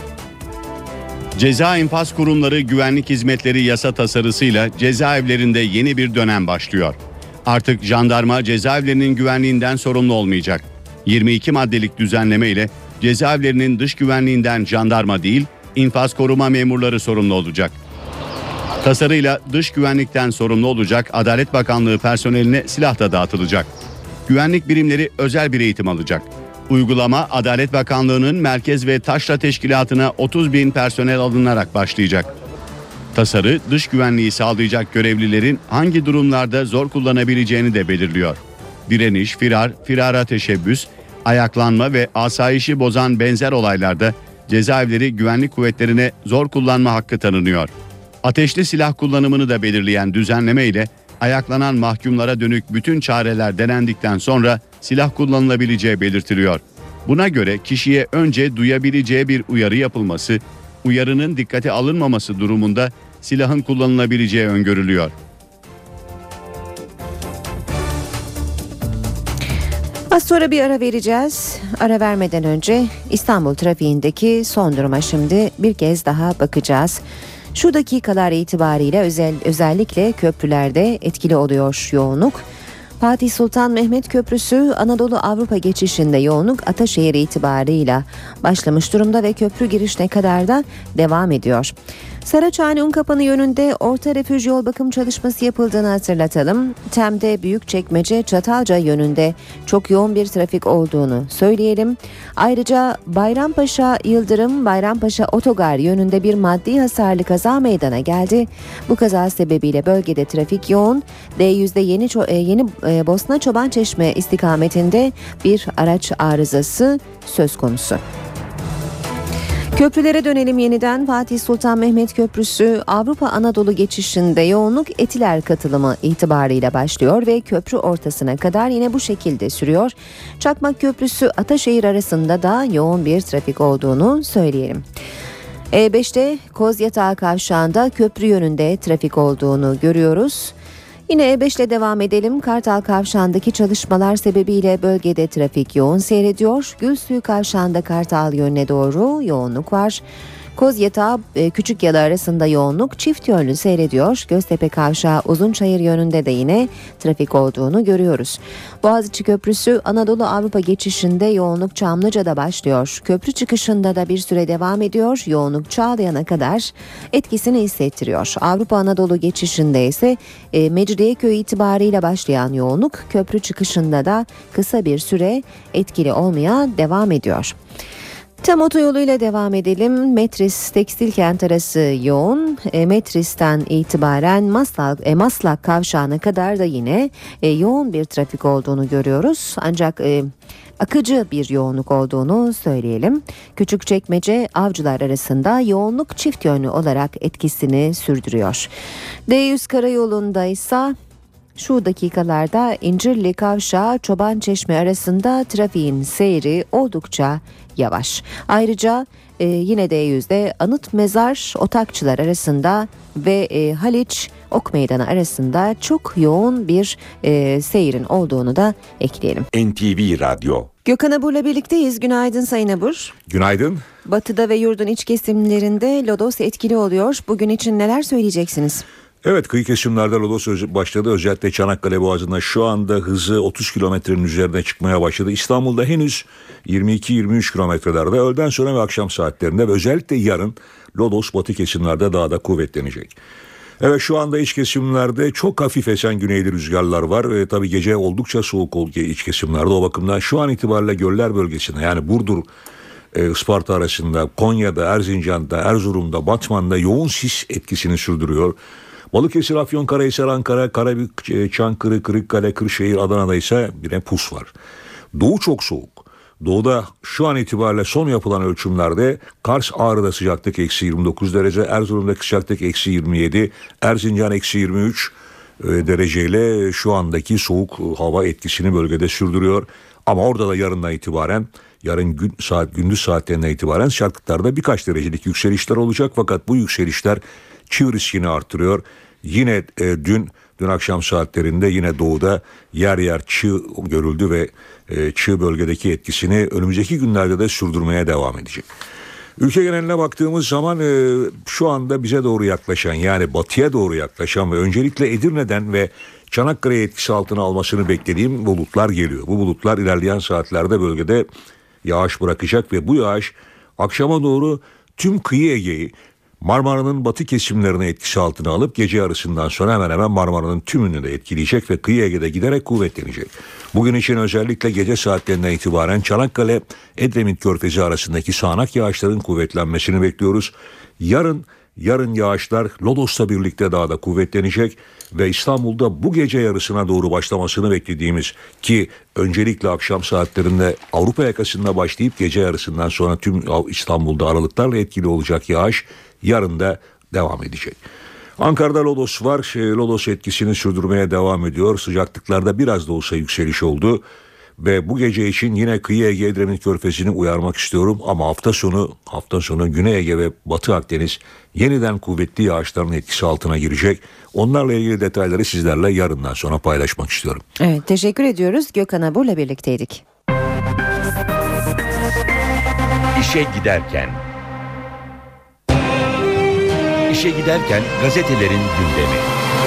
Ceza infaz kurumları güvenlik hizmetleri yasa tasarısıyla cezaevlerinde yeni bir dönem başlıyor. Artık jandarma cezaevlerinin güvenliğinden sorumlu olmayacak. yirmi iki maddelik düzenleme ile cezaevlerinin dış güvenliğinden jandarma değil, infaz koruma memurları sorumlu olacak. Tasarıyla dış güvenlikten sorumlu olacak Adalet Bakanlığı personeline silah da dağıtılacak. Güvenlik birimleri özel bir eğitim alacak. Uygulama Adalet Bakanlığı'nın merkez ve taşra teşkilatına otuz bin personel alınarak başlayacak. Tasarı dış güvenliği sağlayacak görevlilerin hangi durumlarda zor kullanabileceğini de belirliyor. Direniş, firar, firara teşebbüs, ayaklanma ve asayişi bozan benzer olaylarda cezaevleri güvenlik kuvvetlerine zor kullanma hakkı tanınıyor. Ateşli silah kullanımını da belirleyen düzenleme ile ayaklanan mahkumlara dönük bütün çareler denendikten sonra silah kullanılabileceği belirtiliyor. Buna göre kişiye önce duyabileceği bir uyarı yapılması, uyarının dikkate alınmaması durumunda silahın kullanılabileceği öngörülüyor. Az sonra bir ara vereceğiz. Ara vermeden önce İstanbul trafiğindeki son duruma şimdi bir kez daha bakacağız. Şu dakikalar itibariyle özel, özellikle köprülerde etkili oluyor yoğunluk. Fatih Sultan Mehmet Köprüsü Anadolu Avrupa geçişinde yoğunluk Ataşehir itibarıyla başlamış durumda ve köprü girişine kadar da devam ediyor. Saraçhane Unkapanı yönünde orta refüj yol bakım çalışması yapıldığını hatırlatalım. Tem'de Büyükçekmece Çatalca yönünde çok yoğun bir trafik olduğunu söyleyelim. Ayrıca Bayrampaşa Yıldırım Bayrampaşa Otogar yönünde bir maddi hasarlı kaza meydana geldi. Bu kaza sebebiyle bölgede trafik yoğun. D yüzde Yeni, Yeni Bosna Çobançeşme istikametinde bir araç arızası söz konusu. Köprülere dönelim yeniden. Fatih Sultan Mehmet Köprüsü Avrupa Anadolu geçişinde yoğunluk Etiler katılımı itibarıyla başlıyor ve köprü ortasına kadar yine bu şekilde sürüyor. Çakmak Köprüsü Ataşehir arasında da yoğun bir trafik olduğunu söyleyelim. E beşte Kozyatağı kavşağında köprü yönünde trafik olduğunu görüyoruz. Yine E beş ile devam edelim. Kartal Kavşağı'ndaki çalışmalar sebebiyle bölgede trafik yoğun seyrediyor. Gülsuyu Kavşağı'nda Kartal yönüne doğru yoğunluk var. Kozyatağı Küçükyalı arasında yoğunluk çift yönlü seyrediyor. Göztepe Kavşağı Uzunçayır yönünde de yine trafik olduğunu görüyoruz. Boğaziçi Köprüsü Anadolu Avrupa geçişinde yoğunluk Çamlıca'da başlıyor. Köprü çıkışında da bir süre devam ediyor. Yoğunluk Çağlayan'a kadar etkisini hissettiriyor. Avrupa Anadolu geçişinde ise e, Mecidiyeköy itibarıyla başlayan yoğunluk köprü çıkışında da kısa bir süre etkili olmaya devam ediyor. Tem otoyoluyla devam edelim. Metris Tekstil Kent arası yoğun. E, Metris'ten itibaren Maslak, e, Maslak Kavşağı'na kadar da yine e, yoğun bir trafik olduğunu görüyoruz. Ancak e, akıcı bir yoğunluk olduğunu söyleyelim. Küçükçekmece Avcılar arasında yoğunluk çift yönlü olarak etkisini sürdürüyor. D yüz karayolunda ise şu dakikalarda İncirli Kavşağı Çobançeşme arasında trafiğin seyri oldukça yavaş. Ayrıca e, yine D yüzde Anıt Mezar Otakçılar arasında ve e, Haliç Ok Meydanı arasında çok yoğun bir e, seyrin olduğunu da ekleyelim. N T V Radyo. Gökhan Abur'la birlikteyiz. Günaydın Sayın Abur. Günaydın. Batıda ve yurdun iç kesimlerinde lodos etkili oluyor. Bugün için neler söyleyeceksiniz? Evet, kıyı kesimlerde lodos başladı. Özellikle Çanakkale Boğazı'nda şu anda hızı otuz kilometrenin üzerine çıkmaya başladı. İstanbul'da henüz yirmi iki yirmi üç kilometrelerde. Öğleden sonra ve akşam saatlerinde ve özellikle yarın lodos batı kesimlerde daha da kuvvetlenecek. Evet, şu anda iç kesimlerde çok hafif esen güneyli rüzgarlar var. E, tabii gece oldukça soğuk oldu iç kesimlerde. O bakımdan şu an itibariyle göller bölgesinde, yani Burdur, e, Isparta arasında, Konya'da, Erzincan'da, Erzurum'da, Batman'da yoğun sis etkisini sürdürüyor. Balıkesir, Afyonkarahisar, Ankara, Karabük, Çankırı, Kırıkkale, Kırşehir, Adana'da ise bir pus var. Doğu çok soğuk. Doğuda şu an itibariyle son yapılan ölçümlerde Kars Ağrı'da sıcaklık eksi yirmi dokuz derece, Erzurum'daki sıcaklık eksi yirmi yedi, Erzincan eksi yirmi üç dereceyle şu andaki soğuk hava etkisini bölgede sürdürüyor. Ama orada da yarından itibaren, yarın gün, saat gündüz saatlerinden itibaren sıcaklıklarda birkaç derecelik yükselişler olacak. Fakat bu yükselişler çığ riskini artırıyor. Yine e, dün dün akşam saatlerinde yine doğuda yer yer çığ görüldü ve e, çığ bölgedeki etkisini önümüzdeki günlerde de sürdürmeye devam edecek. Ülke geneline baktığımız zaman e, şu anda bize doğru yaklaşan, yani batıya doğru yaklaşan ve öncelikle Edirne'den ve Çanakkale'ye etkisi altına almasını beklediğim bulutlar geliyor. Bu bulutlar ilerleyen saatlerde bölgede yağış bırakacak ve bu yağış akşama doğru tüm kıyı Ege'yi, Marmara'nın batı kesimlerine etkisi altına alıp gece yarısından sonra hemen hemen Marmara'nın tümünü de etkileyecek ve kıyı Ege'de giderek kuvvetlenecek. Bugün için özellikle gece saatlerinden itibaren Çanakkale, Edremit Körfezi arasındaki sağanak yağışların kuvvetlenmesini bekliyoruz. Yarın Yarın yağışlar Lodos'la birlikte daha da kuvvetlenecek ve İstanbul'da bu gece yarısına doğru başlamasını beklediğimiz, ki öncelikle akşam saatlerinde Avrupa yakasında başlayıp gece yarısından sonra tüm İstanbul'da aralıklarla etkili olacak yağış yarın da devam edecek. Ankara'da lodos var. Lodos etkisini sürdürmeye devam ediyor. Sıcaklıklarda biraz da olsa yükseliş oldu. Ve bu gece için yine kıyı Ege Edremit Körfezi'ni uyarmak istiyorum ama hafta sonu hafta sonu Güney Ege ve Batı Akdeniz yeniden kuvvetli yağışların etkisi altına girecek. Onlarla ilgili detayları sizlerle yarından sonra paylaşmak istiyorum. Evet, teşekkür ediyoruz. Gökhan Abur'la birlikteydik. İşe giderken. İşe giderken gazetelerin gündemi.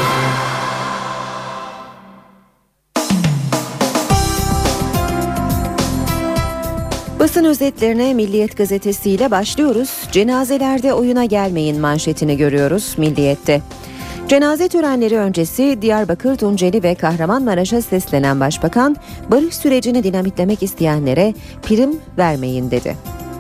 Basın özetlerine Milliyet gazetesiyle başlıyoruz. Cenazelerde oyuna gelmeyin manşetini görüyoruz Milliyet'te. Cenaze törenleri öncesi Diyarbakır, Tunceli ve Kahramanmaraş'a seslenen Başbakan, barış sürecini dinamitlemek isteyenlere prim vermeyin dedi.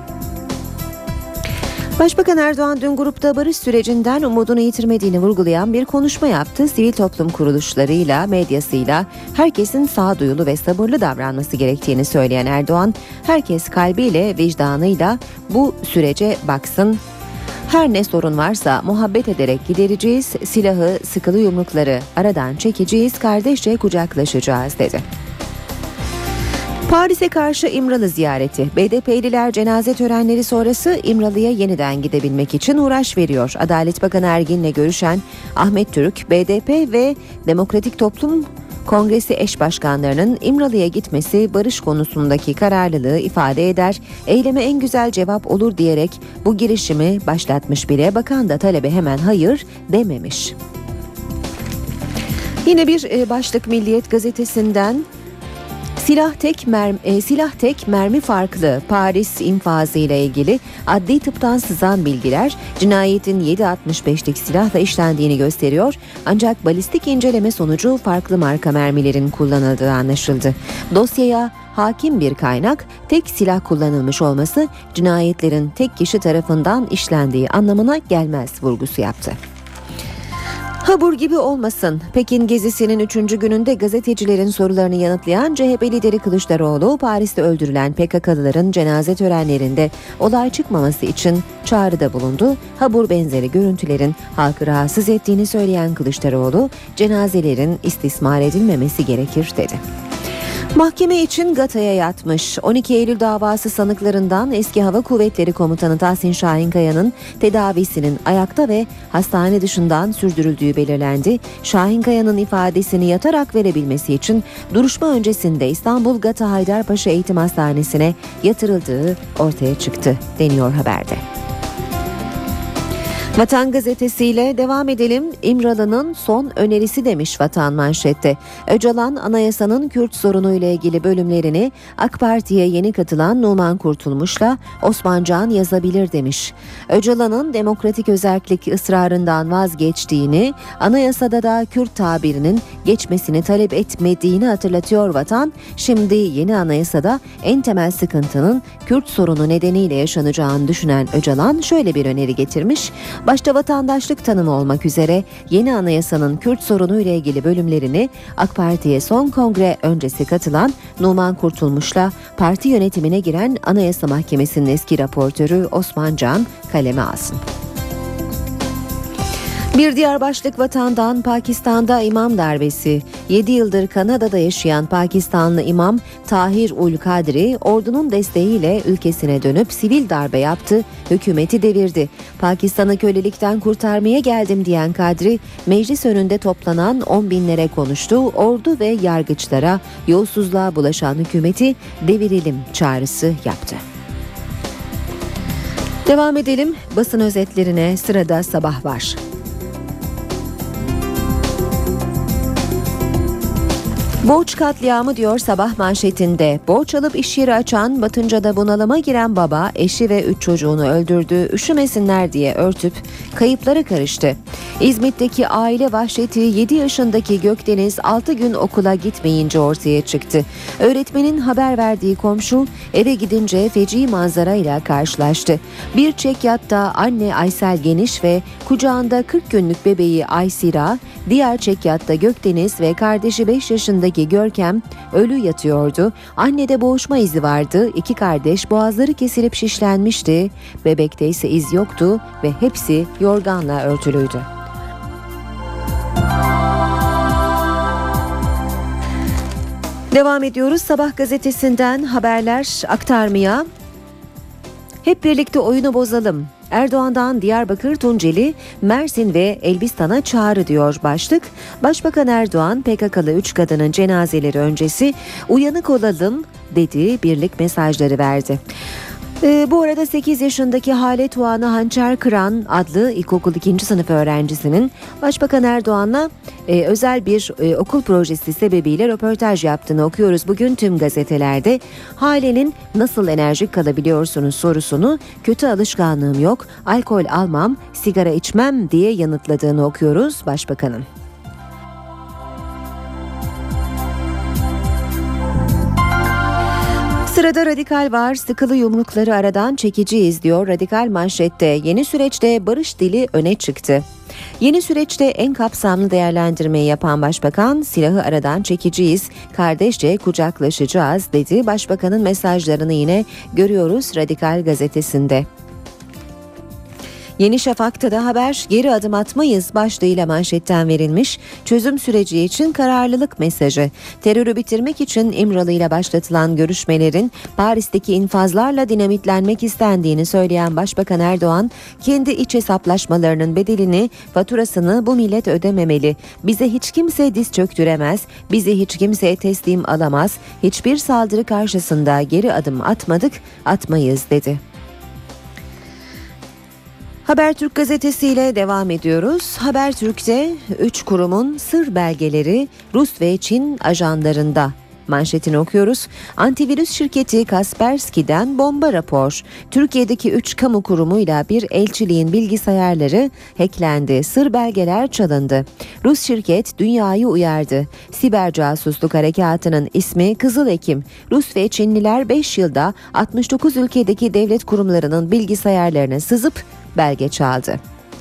Başbakan Erdoğan dün grupta barış sürecinden umudunu yitirmediğini vurgulayan bir konuşma yaptı. Sivil toplum kuruluşlarıyla, medyasıyla herkesin sağduyulu ve sabırlı davranması gerektiğini söyleyen Erdoğan, herkes kalbiyle, vicdanıyla bu sürece baksın. Her ne sorun varsa muhabbet ederek gidereceğiz, silahı, sıkılı yumrukları aradan çekeceğiz, kardeşçe kucaklaşacağız dedi. Paris'e karşı İmralı ziyareti. B D P'liler cenaze törenleri sonrası İmralı'ya yeniden gidebilmek için uğraş veriyor. Adalet Bakanı Ergin'le görüşen Ahmet Türk, B D P ve Demokratik Toplum Kongresi eş başkanlarının İmralı'ya gitmesi barış konusundaki kararlılığı ifade eder, eyleme en güzel cevap olur diyerek bu girişimi başlatmış bile. Bakan da talebe hemen hayır dememiş. Yine bir başlık Milliyet gazetesinden. Silah tek mermi, e, silah tek mermi farklı. Paris infazı ile ilgili adli tıptan sızan bilgiler cinayetin yedi altmış beşlik silahla işlendiğini gösteriyor. Ancak balistik inceleme sonucu farklı marka mermilerin kullanıldığı anlaşıldı. Dosyaya hakim bir kaynak, tek silah kullanılmış olması cinayetlerin tek kişi tarafından işlendiği anlamına gelmez vurgusu yaptı. Habur gibi olmasın. Pekin gezisinin üçüncü gününde gazetecilerin sorularını yanıtlayan C H P lideri Kılıçdaroğlu, Paris'te öldürülen P K K'lıların cenaze törenlerinde olay çıkmaması için çağrıda bulundu. Habur benzeri görüntülerin halkı rahatsız ettiğini söyleyen Kılıçdaroğlu, cenazelerin istismar edilmemesi gerekir dedi. Mahkeme için Gata'ya yatmış. on iki Eylül davası sanıklarından eski Hava Kuvvetleri Komutanı Tahsin Şahinkaya'nın tedavisinin ayakta ve hastane dışından sürdürüldüğü belirlendi. Şahinkaya'nın ifadesini yatarak verebilmesi için duruşma öncesinde İstanbul Gata Haydarpaşa Eğitim Hastanesi'ne yatırıldığı ortaya çıktı deniyor haberde. Vatan gazetesiyle devam edelim. İmralı'nın son önerisi demiş Vatan manşette. Öcalan anayasanın Kürt sorunu ile ilgili bölümlerini AK Parti'ye yeni katılan Numan Kurtulmuş'la Osman Can yazabilir demiş. Öcalan'ın demokratik özerklik ısrarından vazgeçtiğini, anayasada da Kürt tabirinin geçmesini talep etmediğini hatırlatıyor Vatan. Şimdi yeni anayasada en temel sıkıntının Kürt sorunu nedeniyle yaşanacağını düşünen Öcalan şöyle bir öneri getirmiş. Başta vatandaşlık tanımı olmak üzere yeni anayasanın Kürt sorunu ile ilgili bölümlerini AK Parti'ye son kongre öncesi katılan Numan Kurtulmuş'la parti yönetimine giren Anayasa Mahkemesi'nin eski raportörü Osman Can kaleme alsın. Bir diğer başlık Vatan'dan. Pakistan'da imam darbesi. yedi yıldır Kanada'da yaşayan Pakistanlı imam Tahir Ul Kadri ordunun desteğiyle ülkesine dönüp sivil darbe yaptı, hükümeti devirdi. Pakistan'ı kölelikten kurtarmaya geldim diyen Kadri, meclis önünde toplanan on binlere konuştu, ordu ve yargıçlara yolsuzluğa bulaşan hükümeti devirelim çağrısı yaptı. Devam edelim basın özetlerine. Sırada Sabah var. Borç katliamı diyor Sabah manşetinde. Borç alıp iş yeri açan, Batınca'da bunalıma giren baba eşi ve üç çocuğunu öldürdü. Üşümesinler diye örtüp kayıplara karıştı. İzmit'teki aile vahşeti yedi yaşındaki Gökdeniz altı gün okula gitmeyince ortaya çıktı. Öğretmenin haber verdiği komşu eve gidince feci manzarayla karşılaştı. Bir çekyatta anne Aysel Geniş ve kucağında kırk günlük bebeği Aysira, diğer çekyatta Gökdeniz ve kardeşi beş yaşındaki Görkem ölü yatıyordu. Annede boğuşma izi vardı. İki kardeş boğazları kesilip şişlenmişti. Bebekte ise iz yoktu ve hepsi yorganla örtülüydü. Devam ediyoruz Sabah gazetesinden haberler aktarmaya. Hep birlikte oyunu bozalım. Erdoğan'dan Diyarbakır, Tunceli, Mersin ve Elbistan'a çağrı diyor başlık. Başbakan Erdoğan P K K'lı üç kadının cenazeleri öncesi uyanık olalım dediği birlik mesajları verdi. Ee, bu arada sekiz yaşındaki Hale Tuğan'ı hançer kıran adlı ilkokul ikinci sınıf öğrencisinin Başbakan Erdoğan'la e, özel bir e, okul projesi sebebiyle röportaj yaptığını okuyoruz. Bugün tüm gazetelerde Hale'nin nasıl enerjik kalabiliyorsunuz sorusunu kötü alışkanlığım yok, alkol almam, sigara içmem diye yanıtladığını okuyoruz Başbakanın. Sırada Radikal var. Sıkılı yumrukları aradan çekeceğiz diyor Radikal manşette. Yeni süreçte barış dili öne çıktı. Yeni süreçte en kapsamlı değerlendirmeyi yapan Başbakan, silahı aradan çekeceğiz, kardeşçe kucaklaşacağız dedi. Başbakanın mesajlarını yine görüyoruz Radikal gazetesinde. Yeni Şafak'ta da haber geri adım atmayız başlığıyla manşetten verilmiş. Çözüm süreci için kararlılık mesajı. Terörü bitirmek için İmralı ile başlatılan görüşmelerin Paris'teki infazlarla dinamitlenmek istendiğini söyleyen Başbakan Erdoğan, kendi iç hesaplaşmalarının bedelini, faturasını bu millet ödememeli. Bize hiç kimse diz çöktüremez, bizi hiç kimse teslim alamaz. Hiçbir saldırı karşısında geri adım atmadık, atmayız dedi. Habertürk gazetesiyle devam ediyoruz. Habertürk'te üç kurumun sır belgeleri Rus ve Çin ajanlarında. Manşetini okuyoruz. Antivirüs şirketi Kaspersky'den bomba rapor. Türkiye'deki üç kamu kurumuyla bir elçiliğin bilgisayarları hacklendi. Sır belgeler çalındı. Rus şirket dünyayı uyardı. Siber casusluk harekatının ismi Kızıl Ekim. Rus ve Çinliler beş yılda altmış dokuz ülkedeki devlet kurumlarının bilgisayarlarına sızıp belge çaldı.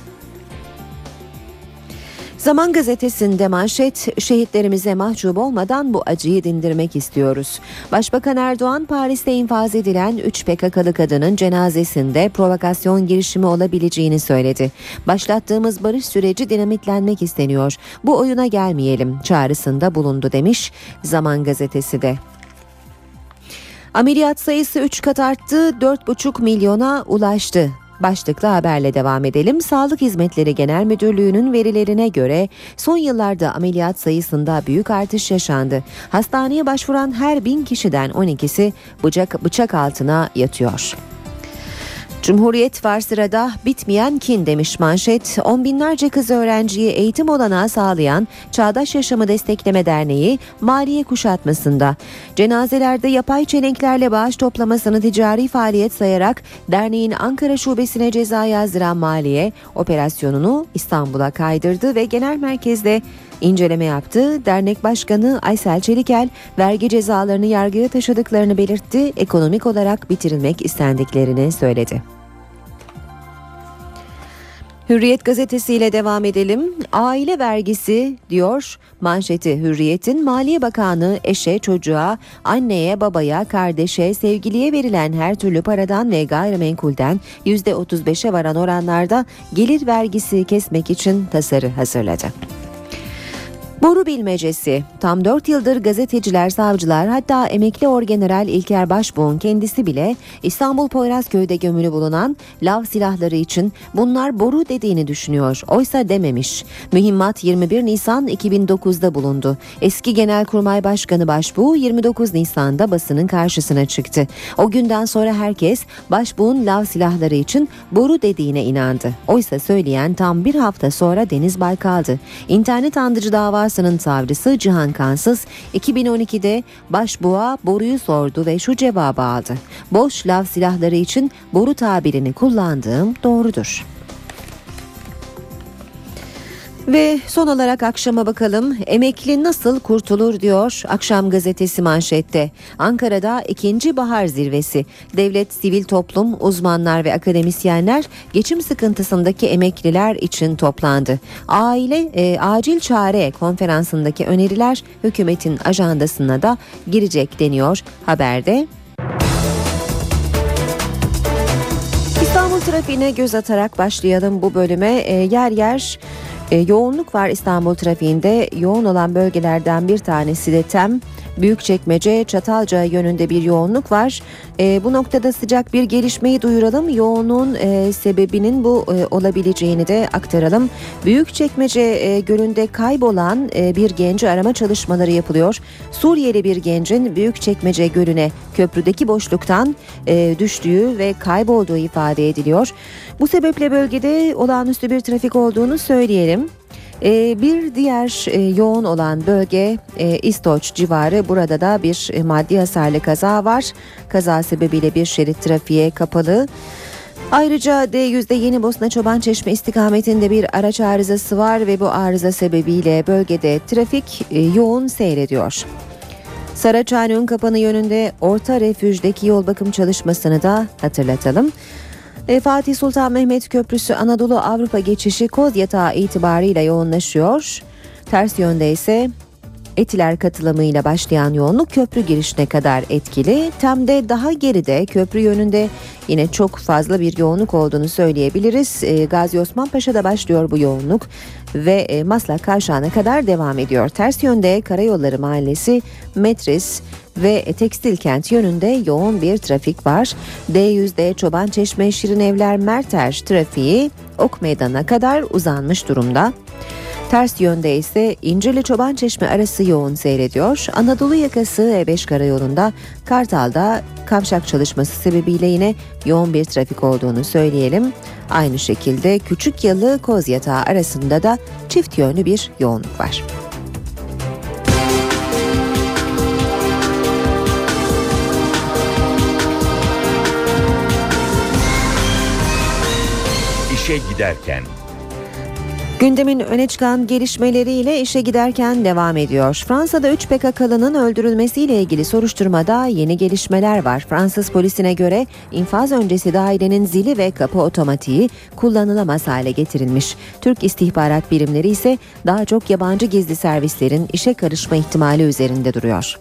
Zaman gazetesinde manşet, şehitlerimize mahcup olmadan bu acıyı dindirmek istiyoruz. Başbakan Erdoğan, Paris'te infaz edilen üç P K K'lı kadının cenazesinde provokasyon girişimi olabileceğini söyledi. Başlattığımız barış süreci dinamitlenmek isteniyor. Bu oyuna gelmeyelim çağrısında bulundu demiş Zaman gazetesi de. Ameliyat sayısı üç kat arttı, dört buçuk milyona ulaştı. Başlıklı haberle devam edelim. Sağlık Hizmetleri Genel Müdürlüğü'nün verilerine göre son yıllarda ameliyat sayısında büyük artış yaşandı. Hastaneye başvuran her bin kişiden on ikisi bıçak, bıçak altına yatıyor. Cumhuriyet var sırada, bitmeyen kin demiş manşet. On binlerce kız öğrenciyi eğitim olanağı sağlayan Çağdaş Yaşamı Destekleme Derneği maliye kuşatmasında. Cenazelerde yapay çelenklerle bağış toplamasını ticari faaliyet sayarak derneğin Ankara şubesine ceza yazdıran maliye operasyonunu İstanbul'a kaydırdı ve genel merkezde inceleme yaptı. Dernek Başkanı Aysel Çelikel vergi cezalarını yargıya taşıdıklarını belirtti. Ekonomik olarak bitirilmek istendiklerini söyledi. Hürriyet gazetesiyle devam edelim. Aile vergisi diyor manşeti Hürriyet'in. Maliye Bakanı eşe, çocuğa, anneye, babaya, kardeşe, sevgiliye verilen her türlü paradan ve gayrimenkulden yüzde otuz beşe varan oranlarda gelir vergisi kesmek için tasarı hazırladı. Boru bilmecesi. Tam dört yıldır gazeteciler, savcılar, hatta emekli orgeneral İlker Başbuğ'un kendisi bile İstanbul Poyrazköy'de gömülü bulunan lav silahları için bunlar boru dediğini düşünüyor. Oysa dememiş. Mühimmat yirmi bir Nisan iki bin dokuzda bulundu. Eski Genelkurmay Başkanı Başbuğ yirmi dokuz Nisan'da basının karşısına çıktı. O günden sonra herkes Başbuğ'un lav silahları için boru dediğine inandı. Oysa söyleyen tam bir hafta sonra Deniz Baykal'dı. İnternet andıcı davası savcısı Cihan Kansız iki bin on ikide Başbuğ'a boruyu sordu ve şu cevabı aldı. Boş lav silahları için boru tabirini kullandığım doğrudur. Ve son olarak akşama bakalım. Emekli nasıl kurtulur diyor Akşam gazetesi manşette. Ankara'da ikinci bahar zirvesi. Devlet, sivil toplum, uzmanlar ve akademisyenler geçim sıkıntısındaki emekliler için toplandı. Aile e, acil çare konferansındaki öneriler hükümetin ajandasına da girecek deniyor haberde. İstanbul trafiğine göz atarak başlayalım bu bölüme. E, yer yer E, yoğunluk var İstanbul trafiğinde. Yoğun olan bölgelerden bir tanesi de Tem, Büyükçekmece, Çatalca yönünde bir yoğunluk var. E, bu noktada sıcak bir gelişmeyi duyuralım. Yoğunluğun e, sebebinin bu e, olabileceğini de aktaralım. Büyükçekmece e, gölünde kaybolan e, bir genci arama çalışmaları yapılıyor. Suriyeli bir gencin Büyükçekmece gölüne köprüdeki boşluktan e, düştüğü ve kaybolduğu ifade ediliyor. Bu sebeple bölgede olağanüstü bir trafik olduğunu söyleyelim. Ee, bir diğer e, yoğun olan bölge e, İstoç civarı. Burada da bir e, maddi hasarlı kaza var. Kaza sebebiyle bir şerit trafiğe kapalı. Ayrıca D yüzde Yeni Bosna Çobançeşme istikametinde bir araç arızası var ve bu arıza sebebiyle bölgede trafik e, yoğun seyrediyor. Saraçhane Unkapanı yönünde Orta Refüj'deki yol bakım çalışmasını da hatırlatalım. Fatih Sultan Mehmet Köprüsü Anadolu Avrupa geçişi Kozyatağı itibarıyla yoğunlaşıyor. Ters yönde ise Etiler katılımıyla başlayan yoğunluk köprü girişine kadar etkili. Tem'de daha geride köprü yönünde yine çok fazla bir yoğunluk olduğunu söyleyebiliriz. Gazi Osman Paşa'da başlıyor bu yoğunluk ve Maslak Kavşağı'na kadar devam ediyor. Ters yönde Karayolları Mahallesi, Metris ve Tekstilkent yönünde yoğun bir trafik var. D yüzde Çobançeşme Şirinevler Merter trafiği Ok Meydanı'na kadar uzanmış durumda. Ters yönde ise İncirli Çobançeşme arası yoğun seyrediyor. Anadolu yakası E beş karayolunda Kartal'da kavşak çalışması sebebiyle yine yoğun bir trafik olduğunu söyleyelim. Aynı şekilde Küçükyalı Kozyatağı arasında da çift yönlü bir yoğunluk var. İşe giderken. Gündemin öne çıkan gelişmeleriyle işe giderken devam ediyor. Fransa'da üç P K K'lının öldürülmesiyle ilgili soruşturmada yeni gelişmeler var. Fransız polisine göre infaz öncesi dairenin zili ve kapı otomatiği kullanılamaz hale getirilmiş. Türk istihbarat birimleri ise daha çok yabancı gizli servislerin işe karışma ihtimali üzerinde duruyor.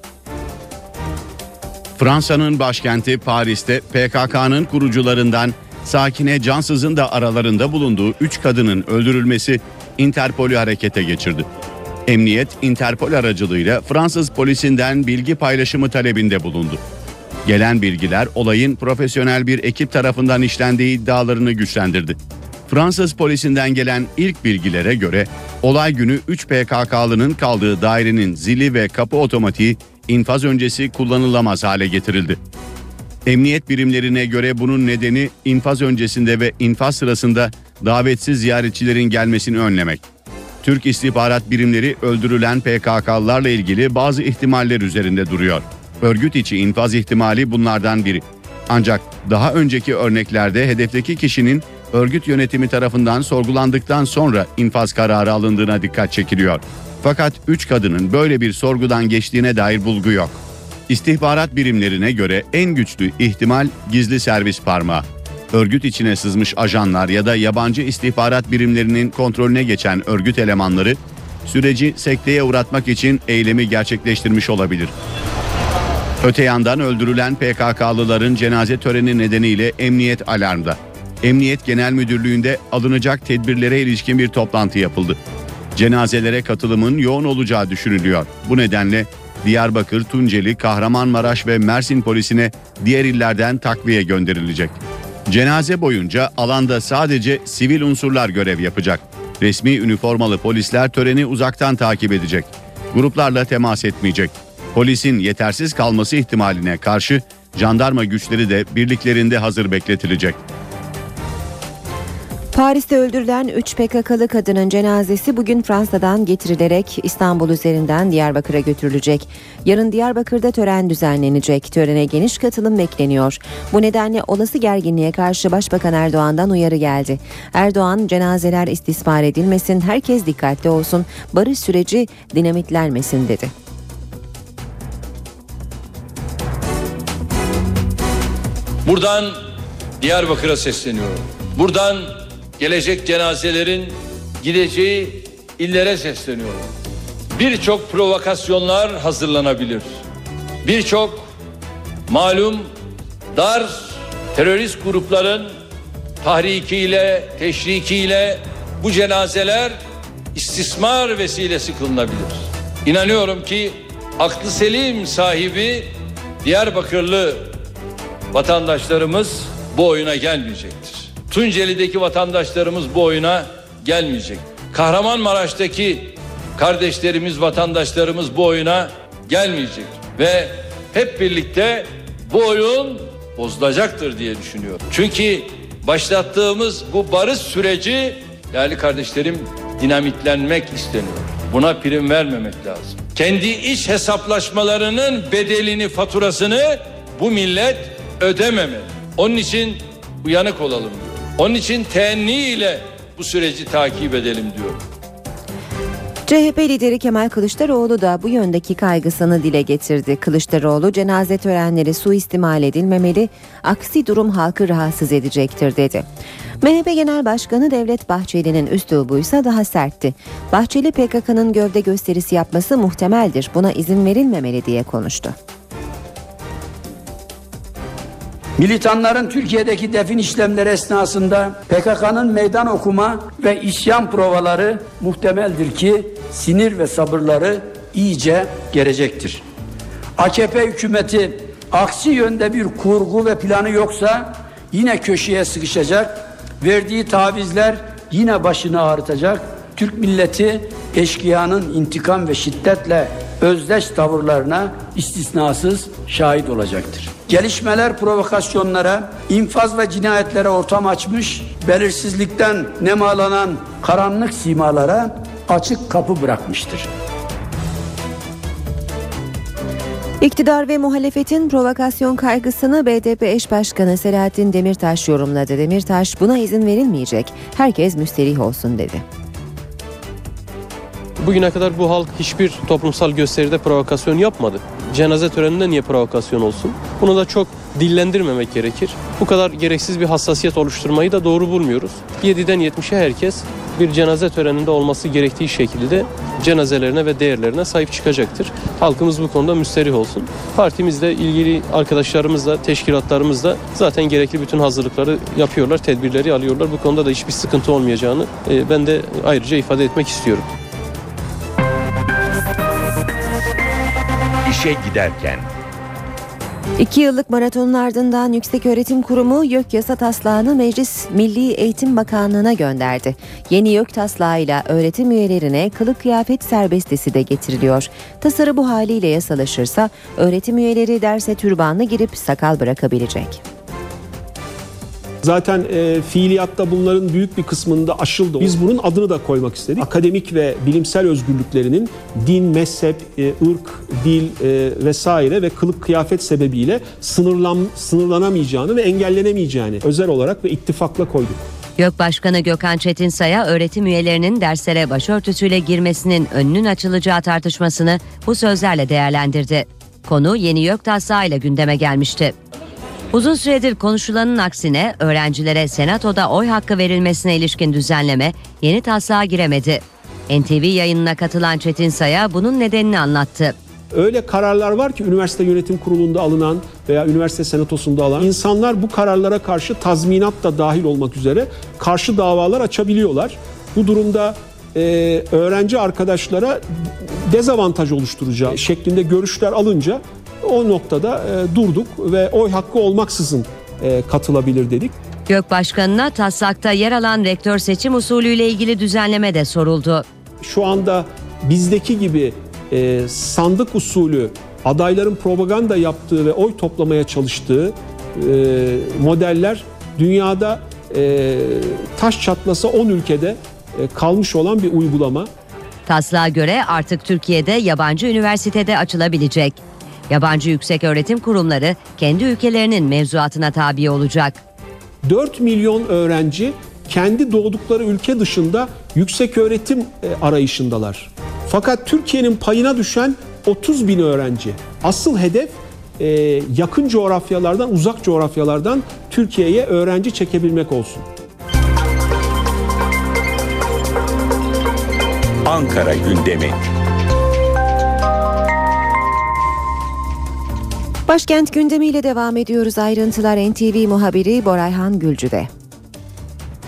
Fransa'nın başkenti Paris'te P K K'nın kurucularından Sakine Cansız'ın da aralarında bulunduğu üç kadının öldürülmesi Interpol'ü harekete geçirdi. Emniyet, Interpol aracılığıyla Fransız polisinden bilgi paylaşımı talebinde bulundu. Gelen bilgiler olayın profesyonel bir ekip tarafından işlendiği iddialarını güçlendirdi. Fransız polisinden gelen ilk bilgilere göre olay günü üç P K K'lının kaldığı dairenin zili ve kapı otomatiği infaz öncesi kullanılamaz hale getirildi. Emniyet birimlerine göre bunun nedeni infaz öncesinde ve infaz sırasında davetsiz ziyaretçilerin gelmesini önlemek. Türk istihbarat birimleri öldürülen P K K'lılarla ilgili bazı ihtimaller üzerinde duruyor. Örgüt içi infaz ihtimali bunlardan biri. Ancak daha önceki örneklerde hedefteki kişinin örgüt yönetimi tarafından sorgulandıktan sonra infaz kararı alındığına dikkat çekiliyor. Fakat üç kadının böyle bir sorgudan geçtiğine dair bulgu yok. İstihbarat birimlerine göre en güçlü ihtimal gizli servis parmağı. Örgüt içine sızmış ajanlar ya da yabancı istihbarat birimlerinin kontrolüne geçen örgüt elemanları süreci sekteye uğratmak için eylemi gerçekleştirmiş olabilir. Öte yandan öldürülen P K K'lıların cenaze töreni nedeniyle emniyet alarmda. Emniyet Genel Müdürlüğü'nde alınacak tedbirlere ilişkin bir toplantı yapıldı. Cenazelere katılımın yoğun olacağı düşünülüyor. Bu nedenle Diyarbakır, Tunceli, Kahramanmaraş ve Mersin polisine diğer illerden takviye gönderilecek. Cenaze boyunca alanda sadece sivil unsurlar görev yapacak. Resmi üniformalı polisler töreni uzaktan takip edecek. Gruplarla temas etmeyecek. Polisin yetersiz kalması ihtimaline karşı jandarma güçleri de birliklerinde hazır bekletilecek. Paris'te öldürülen üç P K K'lı kadının cenazesi bugün Fransa'dan getirilerek İstanbul üzerinden Diyarbakır'a götürülecek. Yarın Diyarbakır'da tören düzenlenecek. Törene geniş katılım bekleniyor. Bu nedenle olası gerginliğe karşı Başbakan Erdoğan'dan uyarı geldi. Erdoğan, cenazeler istismar edilmesin, herkes dikkatli olsun, barış süreci dinamitlenmesin dedi. Buradan Diyarbakır'a sesleniyorum. Buradan gelecek cenazelerin gideceği illere sesleniyorum. Birçok provokasyonlar hazırlanabilir. Birçok malum dar terörist grupların tahrikiyle, teşrikiyle bu cenazeler istismar vesilesi kılınabilir. İnanıyorum ki aklı selim sahibi Diyarbakırlı vatandaşlarımız bu oyuna gelmeyecektir. Tunceli'deki vatandaşlarımız bu oyuna gelmeyecek. Kahramanmaraş'taki kardeşlerimiz, vatandaşlarımız bu oyuna gelmeyecek. Ve hep birlikte bu oyun bozulacaktır diye düşünüyorum. Çünkü başlattığımız bu barış süreci, değerli kardeşlerim, dinamitlenmek isteniyor. Buna prim vermemek lazım. Kendi iç hesaplaşmalarının bedelini, faturasını bu millet ödememeli. Onun için uyanık olalım diyor. Onun için teenni ile bu süreci takip edelim diyor. C H P lideri Kemal Kılıçdaroğlu da bu yöndeki kaygısını dile getirdi. Kılıçdaroğlu, cenaze törenleri suistimal edilmemeli, aksi durum halkı rahatsız edecektir dedi. M H P Genel Başkanı Devlet Bahçeli'nin üslubuysa daha sertti. Bahçeli, P K K'nın gövde gösterisi yapması muhtemeldir, buna izin verilmemeli diye konuştu. Militanların Türkiye'deki defin işlemleri esnasında P K K'nın meydan okuma ve isyan provaları muhtemeldir ki sinir ve sabırları iyice gerecektir. A K P hükümeti aksi yönde bir kurgu ve planı yoksa yine köşeye sıkışacak, verdiği tavizler yine başını ağrıtacak, Türk milleti eşkıyanın intikam ve şiddetle özdeş tavırlarına istisnasız şahit olacaktır. Gelişmeler provokasyonlara, infaz ve cinayetlere ortam açmış, belirsizlikten nemalanan karanlık simalara açık kapı bırakmıştır. İktidar ve muhalefetin provokasyon kaygısını B D P eş başkanı Selahattin Demirtaş yorumladı. Demirtaş, buna izin verilmeyecek, herkes müsterih olsun dedi. Bugüne kadar bu halk hiçbir toplumsal gösteride provokasyon yapmadı. Cenaze töreninde niye provokasyon olsun? Bunu da çok dillendirmemek gerekir. Bu kadar gereksiz bir hassasiyet oluşturmayı da doğru bulmuyoruz. yediden yetmişe herkes bir cenaze töreninde olması gerektiği şekilde cenazelerine ve değerlerine sahip çıkacaktır. Halkımız bu konuda müsterih olsun. Partimizle ilgili arkadaşlarımızla, teşkilatlarımızla zaten gerekli bütün hazırlıkları yapıyorlar, tedbirleri alıyorlar. Bu konuda da hiçbir sıkıntı olmayacağını ben de ayrıca ifade etmek istiyorum. İşe giderken. İki yıllık maratonun ardından Yükseköğretim Kurumu YÖK yasa taslağını Meclis Milli Eğitim Bakanlığı'na gönderdi. Yeni YÖK taslağıyla öğretim üyelerine kılık kıyafet serbestisi de getiriliyor. Tasarı bu haliyle yasalaşırsa öğretim üyeleri derse türbanlı girip sakal bırakabilecek. Zaten e, fiiliyatta bunların büyük bir kısmında aşıldı. Biz bunun adını da koymak istedik. Akademik ve bilimsel özgürlüklerinin din, mezhep, e, ırk, dil e, vesaire ve kılık kıyafet sebebiyle sınırlan, sınırlanamayacağını ve engellenemeyeceğini özel olarak ve ittifakla koyduk. YÖK Başkanı Gökhan Çetinsay'a öğretim üyelerinin derslere başörtüsüyle girmesinin önünün açılacağı tartışmasını bu sözlerle değerlendirdi. Konu yeni YÖK taslağıyla gündeme gelmişti. Uzun süredir konuşulanın aksine öğrencilere Senato'da oy hakkı verilmesine ilişkin düzenleme yeni taslağa giremedi. N T V yayınına katılan Çetinsay'a bunun nedenini anlattı. Öyle kararlar var ki üniversite yönetim kurulunda alınan veya üniversite senatosunda alınan insanlar bu kararlara karşı tazminat da dahil olmak üzere karşı davalar açabiliyorlar. Bu durumda e, öğrenci arkadaşlara dezavantaj oluşturacağı şeklinde görüşler alınca o noktada e, durduk ve oy hakkı olmaksızın e, katılabilir dedik. YÖK Başkanı'na taslakta yer alan rektör seçim usulüyle ilgili düzenleme de soruldu. Şu anda bizdeki gibi e, sandık usulü adayların propaganda yaptığı ve oy toplamaya çalıştığı e, modeller dünyada e, taş çatlasa on ülkede e, kalmış olan bir uygulama. Taslağa göre artık Türkiye'de yabancı üniversitede açılabilecek. Yabancı yükseköğretim kurumları kendi ülkelerinin mevzuatına tabi olacak. dört milyon öğrenci kendi doğdukları ülke dışında yükseköğretim arayışındalar. Fakat Türkiye'nin payına düşen otuz bin öğrenci. Asıl hedef yakın coğrafyalardan, uzak coğrafyalardan Türkiye'ye öğrenci çekebilmek olsun. Ankara gündemi. Başkent gündemiyle devam ediyoruz. Ayrıntılar N T V muhabiri Borayhan Gülcü'de.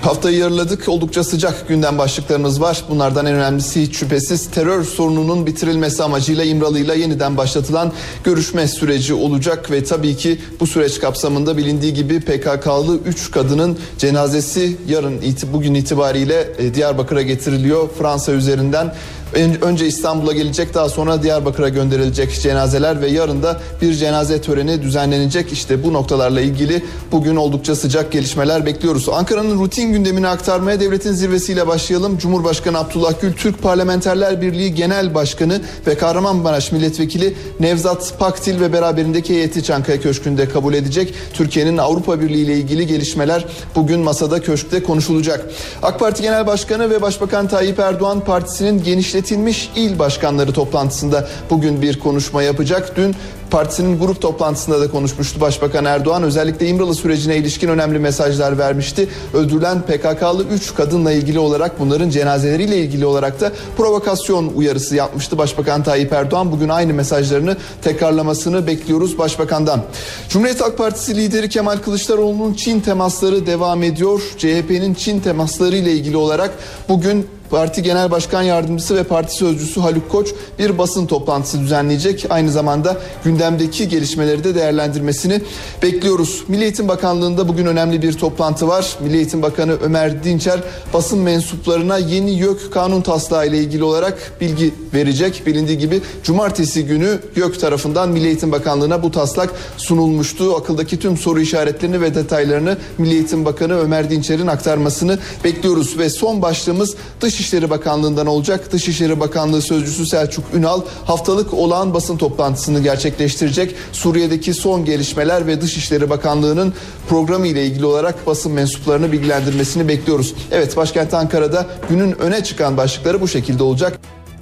Haftayı yarıladık. Oldukça sıcak gündem başlıklarımız var. Bunlardan en önemlisi hiç şüphesiz terör sorununun bitirilmesi amacıyla İmralı'yla yeniden başlatılan görüşme süreci olacak ve tabii ki bu süreç kapsamında bilindiği gibi P K K'lı üç kadının cenazesi yarın bugün itibariyle Diyarbakır'a getiriliyor Fransa üzerinden. Önce İstanbul'a gelecek, daha sonra Diyarbakır'a gönderilecek cenazeler ve yarın da bir cenaze töreni düzenlenecek. İşte bu noktalarla ilgili bugün oldukça sıcak gelişmeler bekliyoruz. Ankara'nın rutin gündemini aktarmaya devletin zirvesiyle başlayalım. Cumhurbaşkanı Abdullah Gül, Türk Parlamenterler Birliği Genel Başkanı ve Kahramanmaraş Milletvekili Nevzat Paktil ve beraberindeki heyeti Çankaya Köşkü'nde kabul edecek. Türkiye'nin Avrupa Birliği ile ilgili gelişmeler bugün masada, köşkte konuşulacak. AK Parti Genel Başkanı ve Başbakan Tayyip Erdoğan partisinin genişletilmiş il başkanları toplantısında bugün bir konuşma yapacak. Dün partisinin grup toplantısında da konuşmuştu Başbakan Erdoğan. Özellikle İmralı sürecine ilişkin önemli mesajlar vermişti. Öldürülen P K K'lı üç kadınla ilgili olarak, bunların cenazeleriyle ilgili olarak da provokasyon uyarısı yapmıştı Başbakan Tayyip Erdoğan. Bugün aynı mesajlarını tekrarlamasını bekliyoruz Başbakan'dan. Cumhuriyet Halk Partisi lideri Kemal Kılıçdaroğlu'nun Çin temasları devam ediyor. C H P'nin Çin temasları ile ilgili olarak bugün Parti Genel Başkan Yardımcısı ve Parti Sözcüsü Haluk Koç bir basın toplantısı düzenleyecek. Aynı zamanda gündemdeki gelişmeleri de değerlendirmesini bekliyoruz. Milli Eğitim Bakanlığı'nda bugün önemli bir toplantı var. Milli Eğitim Bakanı Ömer Dinçer basın mensuplarına yeni YÖK kanun taslağı ile ilgili olarak bilgi verecek. Bilindiği gibi cumartesi günü YÖK tarafından Milli Eğitim Bakanlığı'na bu taslak sunulmuştu. Akıldaki tüm soru işaretlerini ve detaylarını Milli Eğitim Bakanı Ömer Dinçer'in aktarmasını bekliyoruz. Ve son başlığımız dış Dışişleri Bakanlığı'ndan olacak. Dışişleri Bakanlığı Sözcüsü Selçuk Ünal haftalık olağan basın toplantısını gerçekleştirecek. Suriye'deki son gelişmeler ve Dışişleri Bakanlığı'nın programı ile ilgili olarak basın mensuplarını bilgilendirmesini bekliyoruz. Evet, başkent Ankara'da günün öne çıkan başlıkları bu şekilde olacak.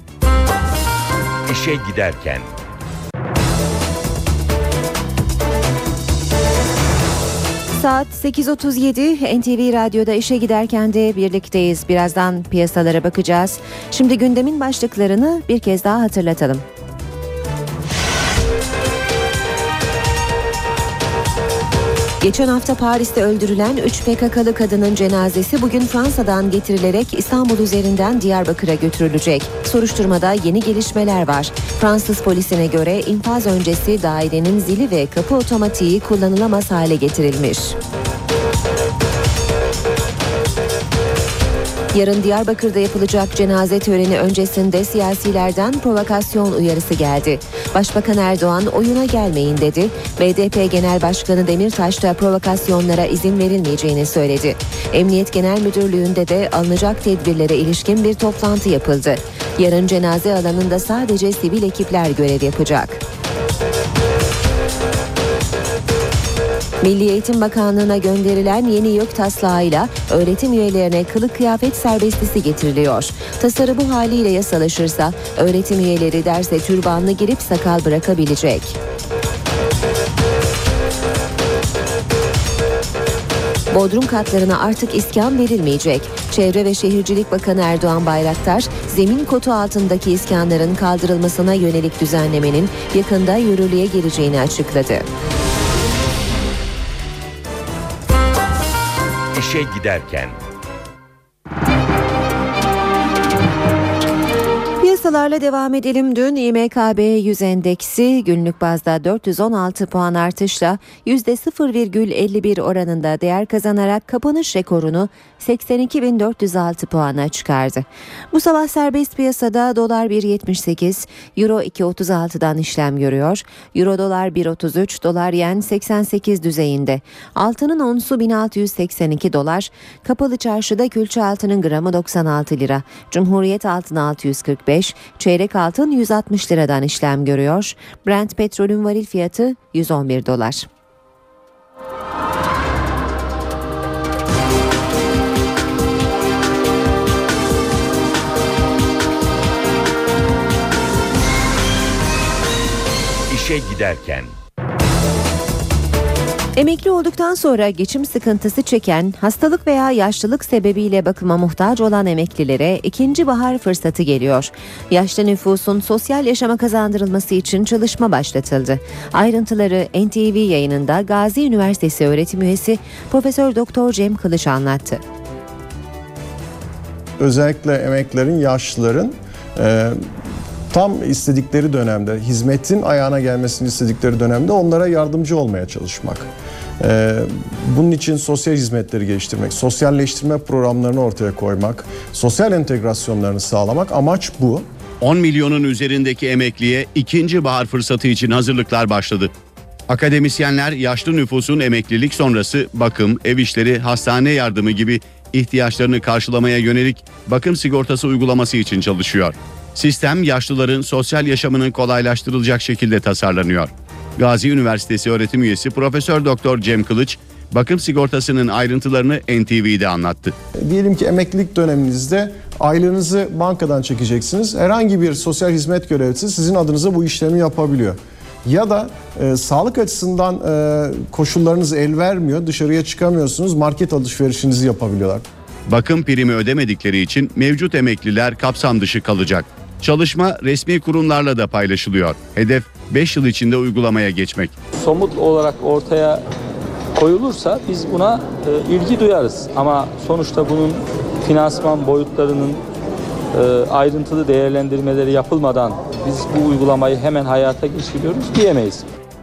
İşe giderken. Saat sekiz otuz yedi, N T V Radyo'da işe giderken de birlikteyiz. Birazdan piyasalara bakacağız. Şimdi gündemin başlıklarını bir kez daha hatırlatalım. Geçen hafta Paris'te öldürülen üç P K K'lı kadının cenazesi bugün Fransa'dan getirilerek İstanbul üzerinden Diyarbakır'a götürülecek. Soruşturmada yeni gelişmeler var. Fransız polisine göre infaz öncesi dairenin zili ve kapı otomatiği kullanılamaz hale getirilmiş. Yarın Diyarbakır'da yapılacak cenaze töreni öncesinde siyasilerden provokasyon uyarısı geldi. Başbakan Erdoğan oyuna gelmeyin dedi. B D P Genel Başkanı Demirtaş da provokasyonlara izin verilmeyeceğini söyledi. Emniyet Genel Müdürlüğü'nde de alınacak tedbirlere ilişkin bir toplantı yapıldı. Yarın cenaze alanında sadece sivil ekipler görev yapacak. Milli Eğitim Bakanlığı'na gönderilen yeni YÖK taslağıyla öğretim üyelerine kılık kıyafet serbestisi getiriliyor. Tasarı bu haliyle yasalaşırsa öğretim üyeleri derse türbanlı girip sakal bırakabilecek. Bodrum katlarına artık iskan verilmeyecek. Çevre ve Şehircilik Bakanı Erdoğan Bayraktar, zemin kotu altındaki iskanların kaldırılmasına yönelik düzenlemenin yakında yürürlüğe gireceğini açıkladı. İşe giderken. Piyasalarla devam edelim. Dün İ M K B yüz endeksi günlük bazda dört yüz on altı puan artışla yüzde sıfır virgül elli bir oranında değer kazanarak kapanış rekorunu seksen iki bin dört yüz altı puana çıkardı. Bu sabah serbest piyasada dolar bir yetmiş sekiz, euro iki otuz altıdan işlem görüyor. Euro dolar bir otuz üç, dolar yen seksen sekiz düzeyinde. Altının onsu bin altı yüz seksen iki dolar. Kapalı çarşıda külçe altının gramı doksan altı lira. Cumhuriyet altın altı yüz kırk beş, çeyrek altın yüz altmış liradan işlem görüyor. Brent petrolün varil fiyatı yüz on bir dolar. İşe giderken. Emekli olduktan sonra geçim sıkıntısı çeken, hastalık veya yaşlılık sebebiyle bakıma muhtaç olan emeklilere ikinci bahar fırsatı geliyor. Yaşlı nüfusun sosyal yaşama kazandırılması için çalışma başlatıldı. Ayrıntıları N T V yayınında Gazi Üniversitesi öğretim üyesi Profesör Doktor Cem Kılıç anlattı. özellikle emeklerin, yaşlıların e, tam istedikleri dönemde, hizmetin ayağına gelmesini istedikleri dönemde onlara yardımcı olmaya çalışmak. Ee, bunun için sosyal hizmetleri geliştirmek, sosyalleştirme programlarını ortaya koymak, sosyal entegrasyonlarını sağlamak, amaç bu. on milyonun üzerindeki emekliye ikinci bahar fırsatı için hazırlıklar başladı. Akademisyenler yaşlı nüfusun emeklilik sonrası bakım, ev işleri, hastane yardımı gibi ihtiyaçlarını karşılamaya yönelik bakım sigortası uygulaması için çalışıyor. Sistem yaşlıların sosyal yaşamının kolaylaştırılacak şekilde tasarlanıyor. Gazi Üniversitesi öğretim üyesi Profesör Doktor Cem Kılıç, bakım sigortasının ayrıntılarını N T V'de anlattı. Diyelim ki emeklilik döneminizde aylığınızı bankadan çekeceksiniz. Herhangi bir sosyal hizmet görevlisi sizin adınıza bu işlemi yapabiliyor. Ya da e, sağlık açısından e, koşullarınız el vermiyor, dışarıya çıkamıyorsunuz, market alışverişinizi yapabiliyorlar. Bakım primi ödemedikleri için mevcut emekliler kapsam dışı kalacak. Çalışma resmi kurumlarla da paylaşılıyor. Hedef beş yıl içinde uygulamaya geçmek. Somut olarak ortaya koyulursa biz buna e, ilgi duyarız. Ama sonuçta bunun finansman boyutlarının e, ayrıntılı değerlendirmeleri yapılmadan biz bu uygulamayı hemen hayata geçiriyoruz diyemeyiz.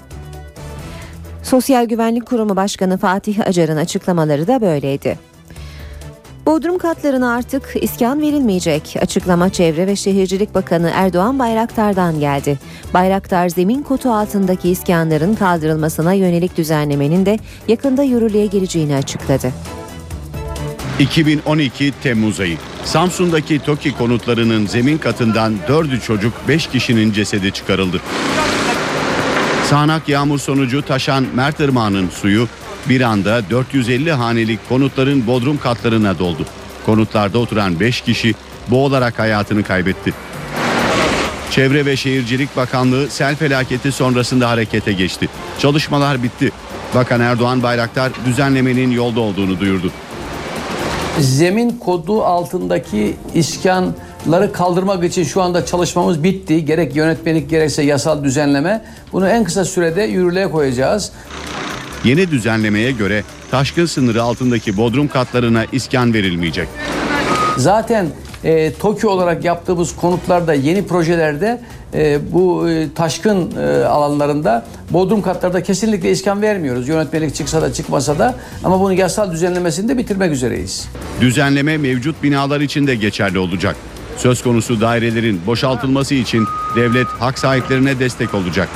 Sosyal Güvenlik Kurumu Başkanı Fatih Acar'ın açıklamaları da böyleydi. Bodrum katlarına artık iskan verilmeyecek. Açıklama Çevre ve Şehircilik Bakanı Erdoğan Bayraktar'dan geldi. Bayraktar zemin kotu altındaki iskanların kaldırılmasına yönelik düzenlemenin de yakında yürürlüğe gireceğini açıkladı. iki bin on iki Temmuz ayı. Samsun'daki TOKİ konutlarının zemin katından dördü çocuk, beş kişinin cesedi çıkarıldı. Sağanak yağmur sonucu taşan Mert Irmağı'nın suyu bir anda dört yüz elli hanelik konutların bodrum katlarına doldu. Konutlarda oturan beş kişi boğularak hayatını kaybetti. Çevre ve Şehircilik Bakanlığı sel felaketi sonrasında harekete geçti. Çalışmalar bitti. Bakan Erdoğan Bayraktar düzenlemenin yolda olduğunu duyurdu. Zemin kodu altındaki iskanları kaldırmak için şu anda çalışmamız bitti. Gerek yönetmelik gerekse yasal düzenleme. Bunu en kısa sürede yürürlüğe koyacağız. Yeni düzenlemeye göre taşkın sınırı altındaki bodrum katlarına iskan verilmeyecek. Zaten e, TOKİ olarak yaptığımız konutlarda, yeni projelerde e, bu e, taşkın e, alanlarında bodrum katlarda kesinlikle iskan vermiyoruz. Yönetmelik çıksa da çıkmasa da, ama bunun yasal düzenlemesini de bitirmek üzereyiz. Düzenleme mevcut binalar için de geçerli olacak. Söz konusu dairelerin boşaltılması için devlet hak sahiplerine destek olacak.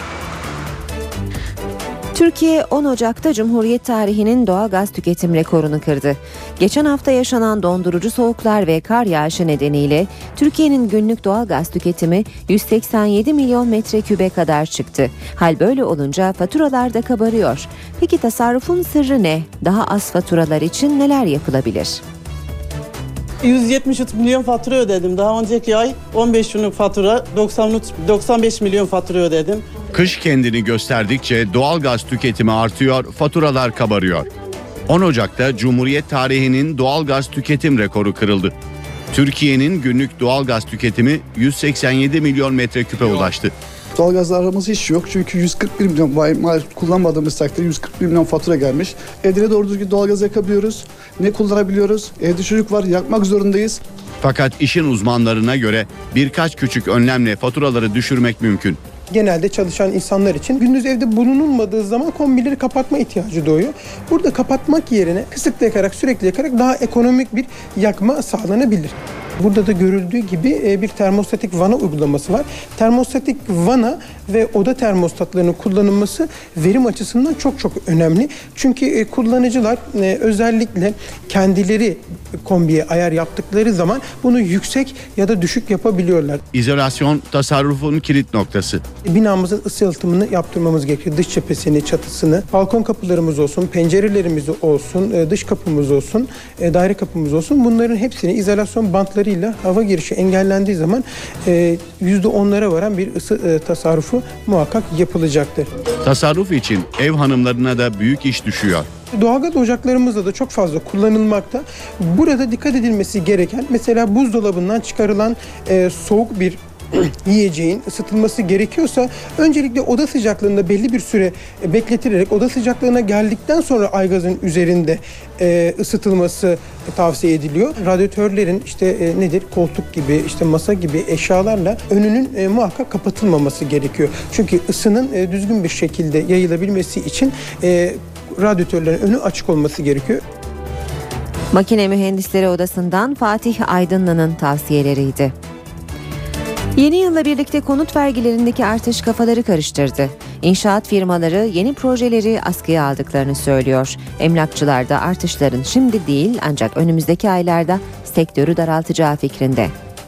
Türkiye on Ocak'ta Cumhuriyet tarihinin doğal gaz tüketim rekorunu kırdı. Geçen hafta yaşanan dondurucu soğuklar ve kar yağışı nedeniyle Türkiye'nin günlük doğal gaz tüketimi yüz seksen yedi milyon metrekübe kadar çıktı. Hal böyle olunca faturalar da kabarıyor. Peki tasarrufun sırrı ne? Daha az faturalar için neler yapılabilir? yüz yetmiş üç milyon fatura ödedim. Daha önceki ay on beş günlük fatura, doksan beş milyon fatura ödedim. Kış kendini gösterdikçe doğalgaz tüketimi artıyor, faturalar kabarıyor. on Ocak'ta Cumhuriyet tarihinin doğalgaz tüketim rekoru kırıldı. Türkiye'nin günlük doğalgaz tüketimi yüz seksen yedi milyon metreküpe ulaştı. Doğalgazla aramız hiç yok çünkü yüz kırk bir milyon maalesef kullanmadığımız takdirde yüz kırk bir milyon fatura gelmiş. Evde doğru düzgün doğalgaz yakabiliyoruz, ne kullanabiliyoruz, evde çocuk var, yakmak zorundayız. Fakat işin uzmanlarına göre birkaç küçük önlemle faturaları düşürmek mümkün. Genelde çalışan insanlar için gündüz evde bulunulmadığı zaman kombileri kapatma ihtiyacı doğuyor. Burada kapatmak yerine kısık yakarak, sürekli yakarak daha ekonomik bir yakma sağlanabilir. Burada da görüldüğü gibi bir termostatik vana uygulaması var. Termostatik vana ve oda termostatlarının kullanılması verim açısından çok çok önemli. Çünkü kullanıcılar özellikle kendileri kombiye ayar yaptıkları zaman bunu yüksek ya da düşük yapabiliyorlar. İzolasyon tasarrufun kilit noktası. Binamızın ısı yalıtımını yaptırmamız gerekiyor. Dış cephesini, çatısını, balkon kapılarımız olsun, pencerelerimiz olsun, dış kapımız olsun, daire kapımız olsun. Bunların hepsini izolasyon bantlarıyla hava girişi engellendiği zaman yüzde onlara varan bir ısı tasarrufu muhakkak yapılacaktır. Tasarruf için ev hanımlarına da büyük iş düşüyor. Doğalgaz ocaklarımızda da çok fazla kullanılmakta. Burada dikkat edilmesi gereken, mesela buzdolabından çıkarılan e, soğuk bir yiyeceğin ısıtılması gerekiyorsa öncelikle oda sıcaklığında belli bir süre bekletilerek oda sıcaklığına geldikten sonra aygazın üzerinde e, ısıtılması tavsiye ediliyor. Radyatörlerin işte e, nedir koltuk gibi işte masa gibi eşyalarla önünün e, muhakkak kapatılmaması gerekiyor. Çünkü ısının e, düzgün bir şekilde yayılabilmesi için e, radyatörlerin önü açık olması gerekiyor. Makine Mühendisleri Odası'ndan Fatih Aydınlı'nın tavsiyeleriydi. Yeni yılla birlikte konut vergilerindeki artış kafaları karıştırdı. İnşaat firmaları yeni projeleri askıya aldıklarını söylüyor. Emlakçılar da artışların şimdi değil ancak önümüzdeki aylarda sektörü daraltacağı fikrinde.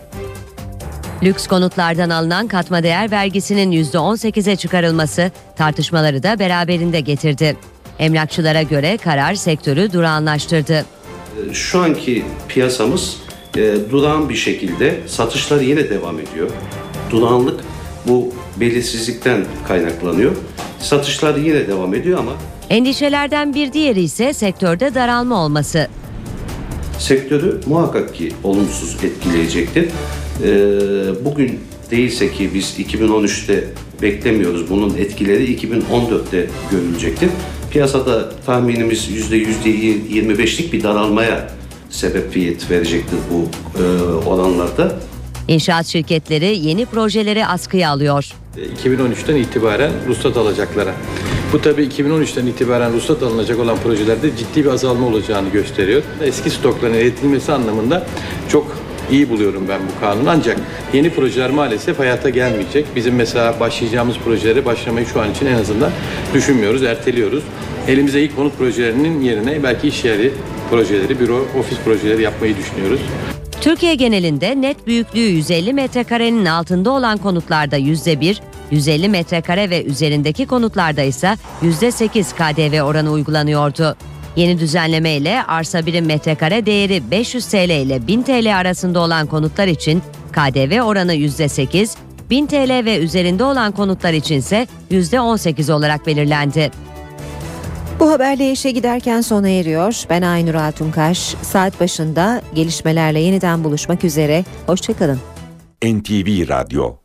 Lüks konutlardan alınan katma değer vergisinin yüzde on sekize çıkarılması tartışmaları da beraberinde getirdi. Emlakçılara göre karar sektörü durağanlaştırdı. Şu anki piyasamız e, durağan bir şekilde, satışlar yine devam ediyor. Durağanlık bu belirsizlikten kaynaklanıyor. Satışlar yine devam ediyor ama endişelerden bir diğeri ise sektörde daralma olması. Sektörü muhakkak ki olumsuz etkileyecektir. E, bugün değilse ki biz iki bin on üçte beklemiyoruz. Bunun etkileri iki bin on dörtte görülecektir. Piyasada tahminimiz yüzde yüzde yirmi beşlik bir daralmaya sebebiyet verecektir bu e, oranlarda. İnşaat şirketleri yeni projeleri askıya alıyor. iki bin on üçten itibaren ruhsat alacaklara. Bu tabii iki bin on üçten itibaren ruhsat alınacak olan projelerde ciddi bir azalma olacağını gösteriyor. Eski stokların eritilmesi anlamında çok iyi buluyorum ben bu kanunu. Ancak yeni projeler maalesef hayata gelmeyecek. Bizim mesela başlayacağımız projelere başlamayı şu an için en azından düşünmüyoruz, erteliyoruz. Elimize ilk konut projelerinin yerine belki iş yeri projeleri, büro, ofis projeleri yapmayı düşünüyoruz. Türkiye genelinde net büyüklüğü yüz elli metrekarenin altında olan konutlarda yüzde bir, yüz elli metrekare ve üzerindeki konutlarda ise yüzde sekiz K D V oranı uygulanıyordu. Yeni düzenleme ile arsa birim metrekare değeri beş yüz TL ile bin TL arasında olan konutlar için K D V oranı yüzde sekiz, bin TL ve üzerinde olan konutlar için ise yüzde on sekiz olarak belirlendi. Bu haberle işe giderken sona eriyor. Ben Aynur Altunkaş. Saat başında gelişmelerle yeniden buluşmak üzere. Hoşçakalın. N T V Radyo